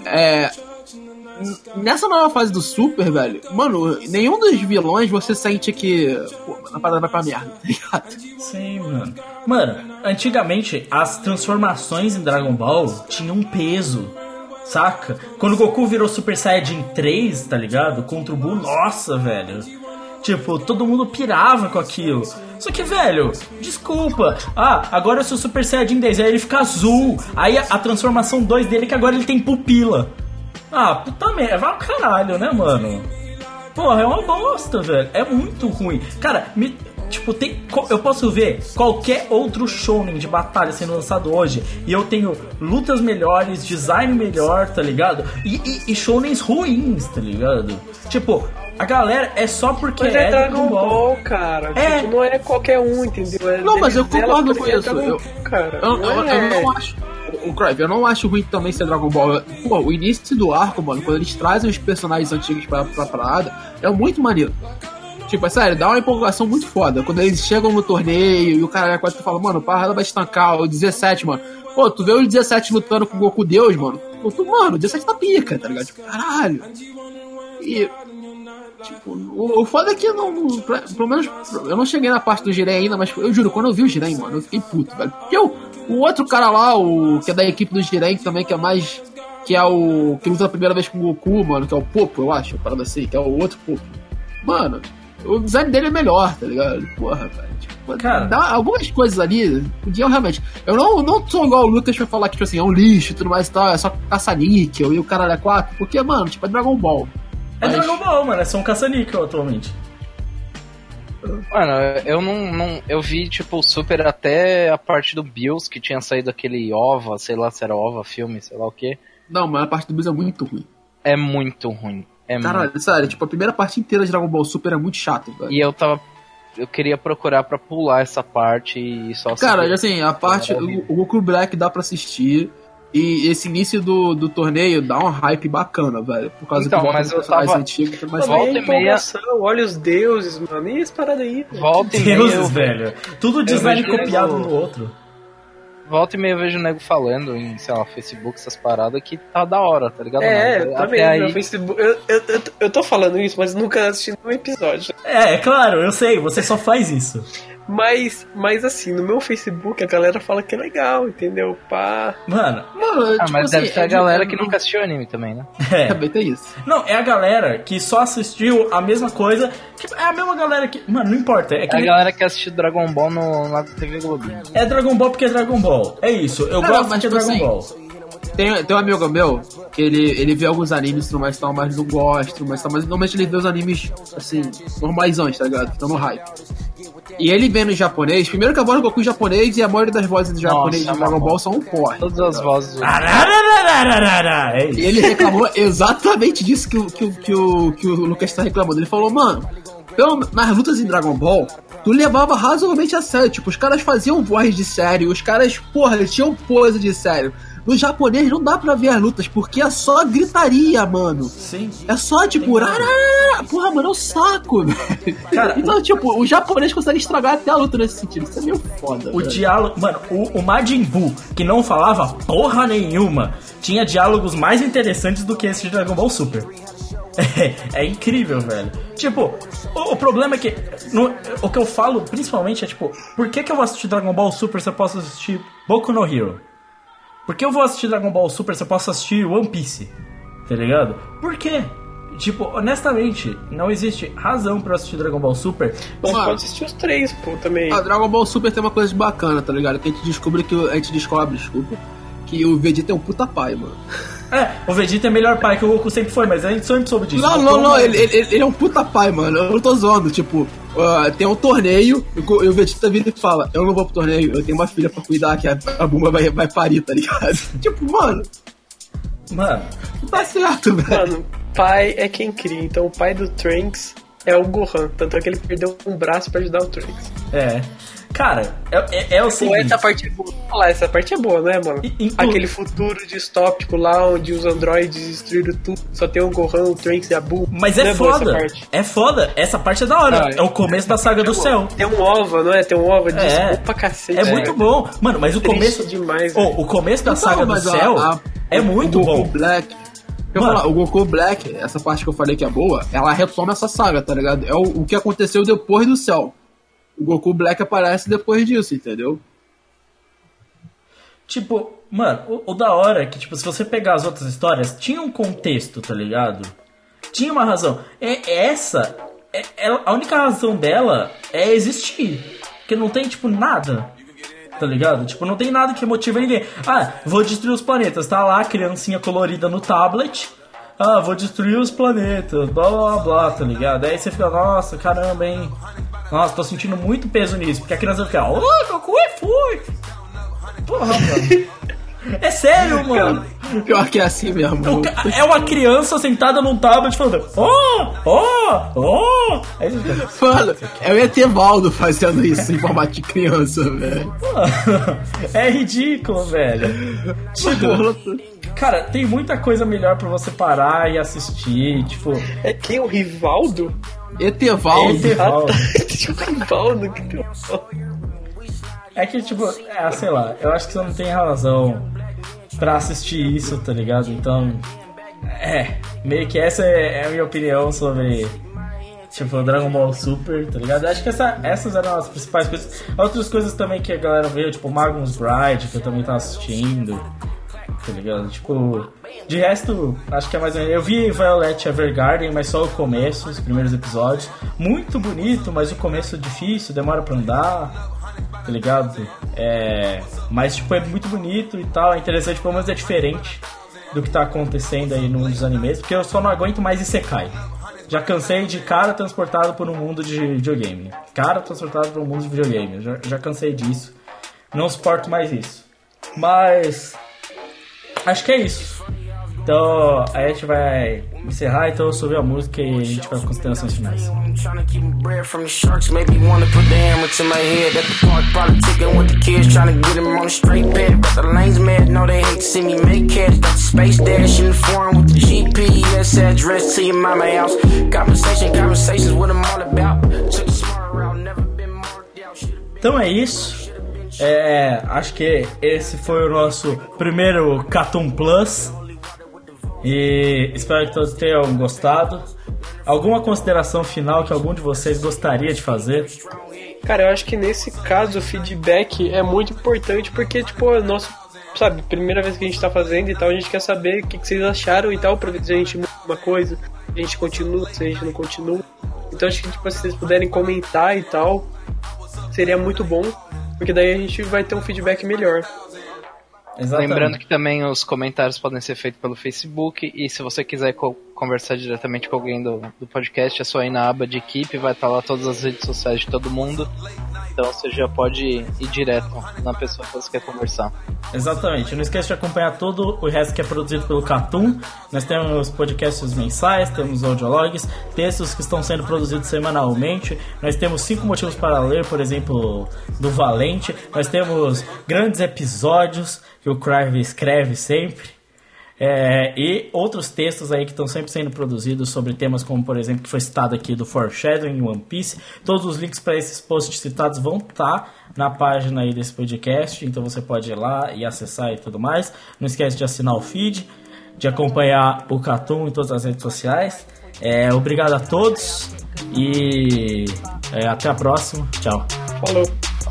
Nessa nova fase do Super, velho, mano, nenhum dos vilões você sente que, pô, a parada vai pra merda, tá ligado? Sim, mano. Mano, antigamente as transformações em Dragon Ball tinham um peso, saca? Quando o Goku virou Super Saiyajin 3, tá ligado? Contra o Buu, nossa, velho. Tipo, todo mundo pirava com aquilo. Só que, velho, desculpa. Ah, agora eu sou Super Saiyajin 10, aí ele fica azul. Aí a transformação 2 dele é que agora ele tem pupila. Ah, puta merda, vai ao caralho, né, mano? Porra, é uma bosta, velho. É muito ruim. Cara, tipo, eu posso ver qualquer outro shonen de batalha sendo lançado hoje e eu tenho lutas melhores, design melhor, tá ligado? E shonens ruins, tá ligado? Tipo, a galera é só porque mas é Dragon Ball, cara. Tipo, não é qualquer um, entendeu? Não, mas eu concordo com isso. Eu não acho... O Crave, eu não acho ruim também ser Dragon Ball. Pô, o início do arco, mano, quando eles trazem os personagens antigos pra parada, é muito maneiro. Tipo, é sério, dá uma empolgação muito foda. Quando eles chegam no torneio e o cara quase tu fala, mano, a parada vai estancar. O 17, mano. Pô, tu vê o 17 lutando com o Goku Deus, mano. Mano, o 17 tá pica, tá ligado? Tipo, caralho. E... Tipo, o foda é que eu não... Pelo menos, eu não cheguei na parte do Jiren ainda, mas eu juro, quando eu vi o Jiren, mano, eu fiquei puto, velho. Porque o outro cara lá, que é da equipe do Jiren também, que é mais... Que é o... Que luta a primeira vez com o Goku, mano, que é o Popo, eu acho, parada assim, que é o outro Popo. Mano, o design dele é melhor, tá ligado? Porra, velho. Tipo, cara, dá algumas coisas ali, podiam realmente... Eu não sou igual o Lucas pra falar que, tipo assim, é um lixo e tudo mais e tal, é só caça-níquel e o caralho é 4, porque, mano, tipo, é Dragon Ball. É Dragon Ball, mano, é só um caça-níquel atualmente. Mano, eu não. Eu vi, tipo, o Super até a parte do Bills, que tinha saído aquele OVA, sei lá se era OVA, filme, sei lá o que. Não, mas a parte do Bills é muito ruim. É muito ruim. Caralho, sério, tipo, a primeira parte inteira de Dragon Ball Super é muito chata, velho. E eu queria procurar pra pular essa parte e só... Cara, assim, a parte... O Goku Black dá pra assistir. E esse início do torneio dá um hype bacana, velho. Por causa então, que volta mas eu tava... antigos, mas volta e meia... Olha os deuses, mano. E essa parada aí, velho. Volta e meia... Deuses, velho. Tudo design copiado no outro. Volta e meia eu vejo o nego falando em, sei lá, Facebook, essas paradas, que tá da hora, tá ligado? Eu também, aí... no Facebook. Eu tô falando isso, mas nunca assisti um episódio. É claro, eu sei, você só faz isso. Mas assim, no meu Facebook a galera fala que é legal, entendeu? Pá. Mano, tipo mas assim, deve ser a galera que nunca assistiu anime também, né? É. Também tem isso. Não, é a galera que só assistiu a mesma coisa. Tipo, é a mesma galera que... Mano, não importa. É a galera que assistiu Dragon Ball na TV Globinho. É Dragon Ball porque é Dragon Ball. É isso, eu gosto de Dragon Ball. Tem um amigo meu que ele vê alguns animes e tudo mais, tal, mas não gosta, mas normalmente ele vê os animes, assim, normalizões, tá ligado? Que estão no hype. E ele vê no japonês, primeiro que a voz do Goku em japonês e a maioria das vozes do japonês de Dragon Ball são um porra. Todas as vozes. E ele reclamou exatamente disso que o Lucas tá reclamando. Ele falou, mano, nas lutas em Dragon Ball, tu levava razoavelmente a sério. Tipo, os caras faziam voz de sério, os caras, porra, eles tinham pose de sério. No japonês não dá pra ver as lutas, porque é só gritaria, mano. Sim. É só, tipo, porra, mano, é um saco, velho. Cara, então, tipo, o japonês consegue estragar até a luta nesse sentido. Isso é meio foda. O diálogo... Mano, o Majin Buu, que não falava porra nenhuma, tinha diálogos mais interessantes do que esse de Dragon Ball Super. É incrível, velho. Tipo, o problema é que... o que eu falo, principalmente, é tipo... Por que eu vou assistir Dragon Ball Super se eu posso assistir Boku no Hero? Por que eu vou assistir Dragon Ball Super se eu posso assistir One Piece? Tá ligado? Por quê? Tipo, honestamente, não existe razão pra eu assistir Dragon Ball Super. Mas pode assistir os 3, pô, também. A Dragon Ball Super tem uma coisa bacana, tá ligado? Que a gente descobre que que o Vegeta é um puta pai, mano. O Vegeta é melhor pai que o Goku sempre foi, mas a gente sempre soube disso. Não, ele é um puta pai, mano. Eu não tô zoando, tipo, tem um torneio e o Vegeta vira e fala, eu não vou pro torneio, eu tenho uma filha pra cuidar que a Buma vai parir, tá ligado? Tipo, mano, tá certo, velho. Mano, pai é quem cria, então o pai do Trunks é o Gohan, tanto é que ele perdeu um braço pra ajudar o Trunks. Cara, é o seguinte... Essa parte é boa. Olha lá, essa parte é boa, né, mano? Aquele futuro distópico lá onde os androides destruíram tudo, só tem o Gohan, o Trunks e a Buu. Mas é foda, é foda, essa parte é da hora, é o começo da saga do céu. Tem um OVA, não é? Tem um OVA disso, pra cacete. É muito bom, mano, mas o começo... demais, o começo da saga do céu é muito bom. Black... Eu vou falar, o Goku Black, essa parte que eu falei que é boa, ela retoma essa saga, tá ligado? É o que aconteceu depois do céu. O Goku Black aparece depois disso, entendeu? Tipo, mano, o da hora é que, tipo, se você pegar as outras histórias, tinha um contexto, tá ligado? Tinha uma razão. A única razão dela é existir. Porque não tem, tipo, nada, tá ligado? Tipo, não tem nada que motive ninguém. Vou destruir os planetas. Tá lá a criancinha colorida no tablet. Vou destruir os planetas, blá blá blá, tá ligado? Aí você fica, nossa, caramba, hein? Nossa, tô sentindo muito peso nisso. Porque a criança fica, Goku é forte. Porra, mano. É sério, mano. Pior que é assim mesmo. É uma criança sentada num tablet falando, Aí você fica, mano, é o Etevaldo fazendo isso em formato de criança, velho. É ridículo, velho. Tipo, cara, tem muita coisa melhor pra você parar e assistir, tipo... É quem? O Rivaldo? Etevaldo. Tinha o Rivaldo que tem. É que, tipo, sei lá, eu acho que você não tem razão pra assistir isso, tá ligado? Então, meio que essa é a minha opinião sobre, tipo, Dragon Ball Super, tá ligado? Eu acho que essas eram as principais coisas. Outras coisas também que a galera veio, tipo, Magnus Bride, que eu também tava assistindo, tá ligado? Tipo, de resto, acho que é mais... Eu vi Violet Evergarden, mas só o começo, os primeiros episódios. Muito bonito, mas o começo é difícil, demora pra andar, tá ligado? Mas, tipo, é muito bonito e tal, é interessante, pelo menos é diferente do que tá acontecendo aí nos animes, porque eu só não aguento mais Isekai. Já cansei de cara transportado por um mundo de videogame. Cara transportado por um mundo de videogame. Já cansei disso. Não suporto mais isso. Mas... acho que é isso. Então, a gente vai encerrar, então eu subi a música e a gente vai para considerações finais. Então é isso. Acho que esse foi o nosso primeiro Cartoon Plus. E espero que todos tenham gostado. Alguma consideração final que algum de vocês gostaria de fazer? Cara, eu acho que nesse caso o feedback é muito importante, porque, tipo, é nosso, sabe, primeira vez que a gente tá fazendo e tal, a gente quer saber o que vocês acharam e tal, pra ver se a gente muda uma coisa, se a gente continua, se a gente não continua. Então acho que, tipo, se vocês puderem comentar e tal, seria muito bom, porque daí a gente vai ter um feedback melhor. Exatamente. Lembrando que também os comentários podem ser feitos pelo Facebook, e se você quiser conversar diretamente com alguém do podcast, é só ir na aba de equipe, vai estar lá todas as redes sociais de todo mundo, então você já pode ir direto na pessoa que você quer conversar. Exatamente, não esqueça de acompanhar todo o resto que é produzido pelo Catum. Nós temos podcasts mensais, temos audiologs, textos que estão sendo produzidos semanalmente, nós temos 5 motivos para ler, por exemplo, do Valente, nós temos grandes episódios que o Crave escreve sempre, e outros textos aí que estão sempre sendo produzidos sobre temas como, por exemplo, que foi citado aqui do Foreshadowing em One Piece. Todos os links para esses posts citados vão estar na página aí desse podcast, então você pode ir lá e acessar e tudo mais. Não esquece de assinar o feed, de acompanhar o Catum em todas as redes sociais. Obrigado a todos e até a próxima. Tchau. Falou.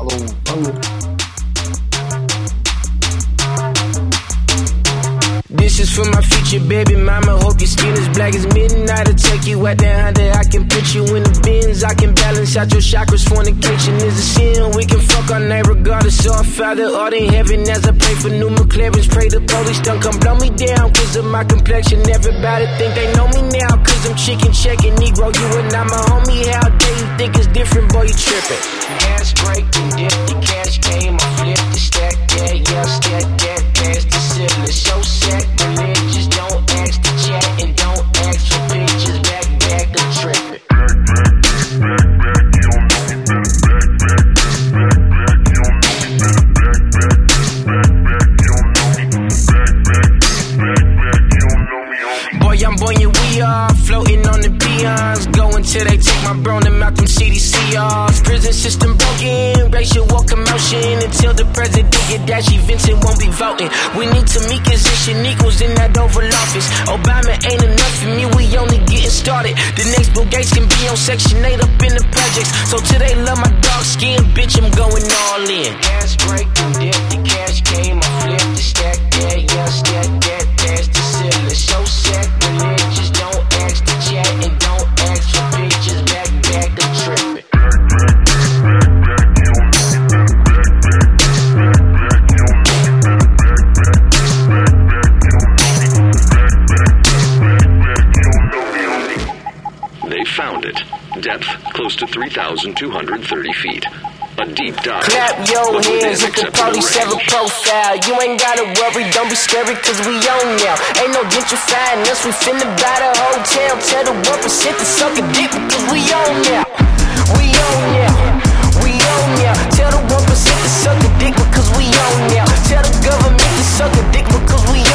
This is for my future baby mama. Hope your skin is black as midnight. I'll take you out there Honda. I can put you in the bins. I can balance out your chakras. Fornication is a sin. We can fuck all night regardless of our Father art in heaven. As I pray for new McLarens, pray the police don't come blow me down cause of my complexion. Everybody think they know me now cause I'm chicken checking. Negro, you and I'm a homie. How dare you think it's different, boy, you tripping. Gas break and dip, the cash came. I flipped the stack, yeah, stack that past the ceiling. So sad. Religious, don't ask to chat and don't ask for pictures. Back, I'm tripping. Boy, I'm buoyant, we are floating on the peons. Going till they take my bro and out them CDCRs. Prison system broken, racial commotion. Until the president get dashy, Vincent won't be voting. We need to meet position equals in that Oval Office. Obama ain't enough for me, we only getting started. The next Bill Gates can be on Section 8 up in the projects. So till they love my dark skin, bitch, I'm going all in. Gas break and dip, the cash came. I flipped the stack, yeah, stack that past the ceiling. So sad, religious, don't ask to chat and don't ask for pictures. Back, I'm tripping. They found it. Depth close to 3,230 feet. A deep dive. Clap your hands if the police have a profile. You ain't gotta worry, don't be scary cause we on now. Ain't no gentrifying us, we finna buy the hotel. Tell the 1% to suck a dick because we on now. We on now. We on now. Tell the 1% to suck a dick because we on now. Tell the government to suck a dick because we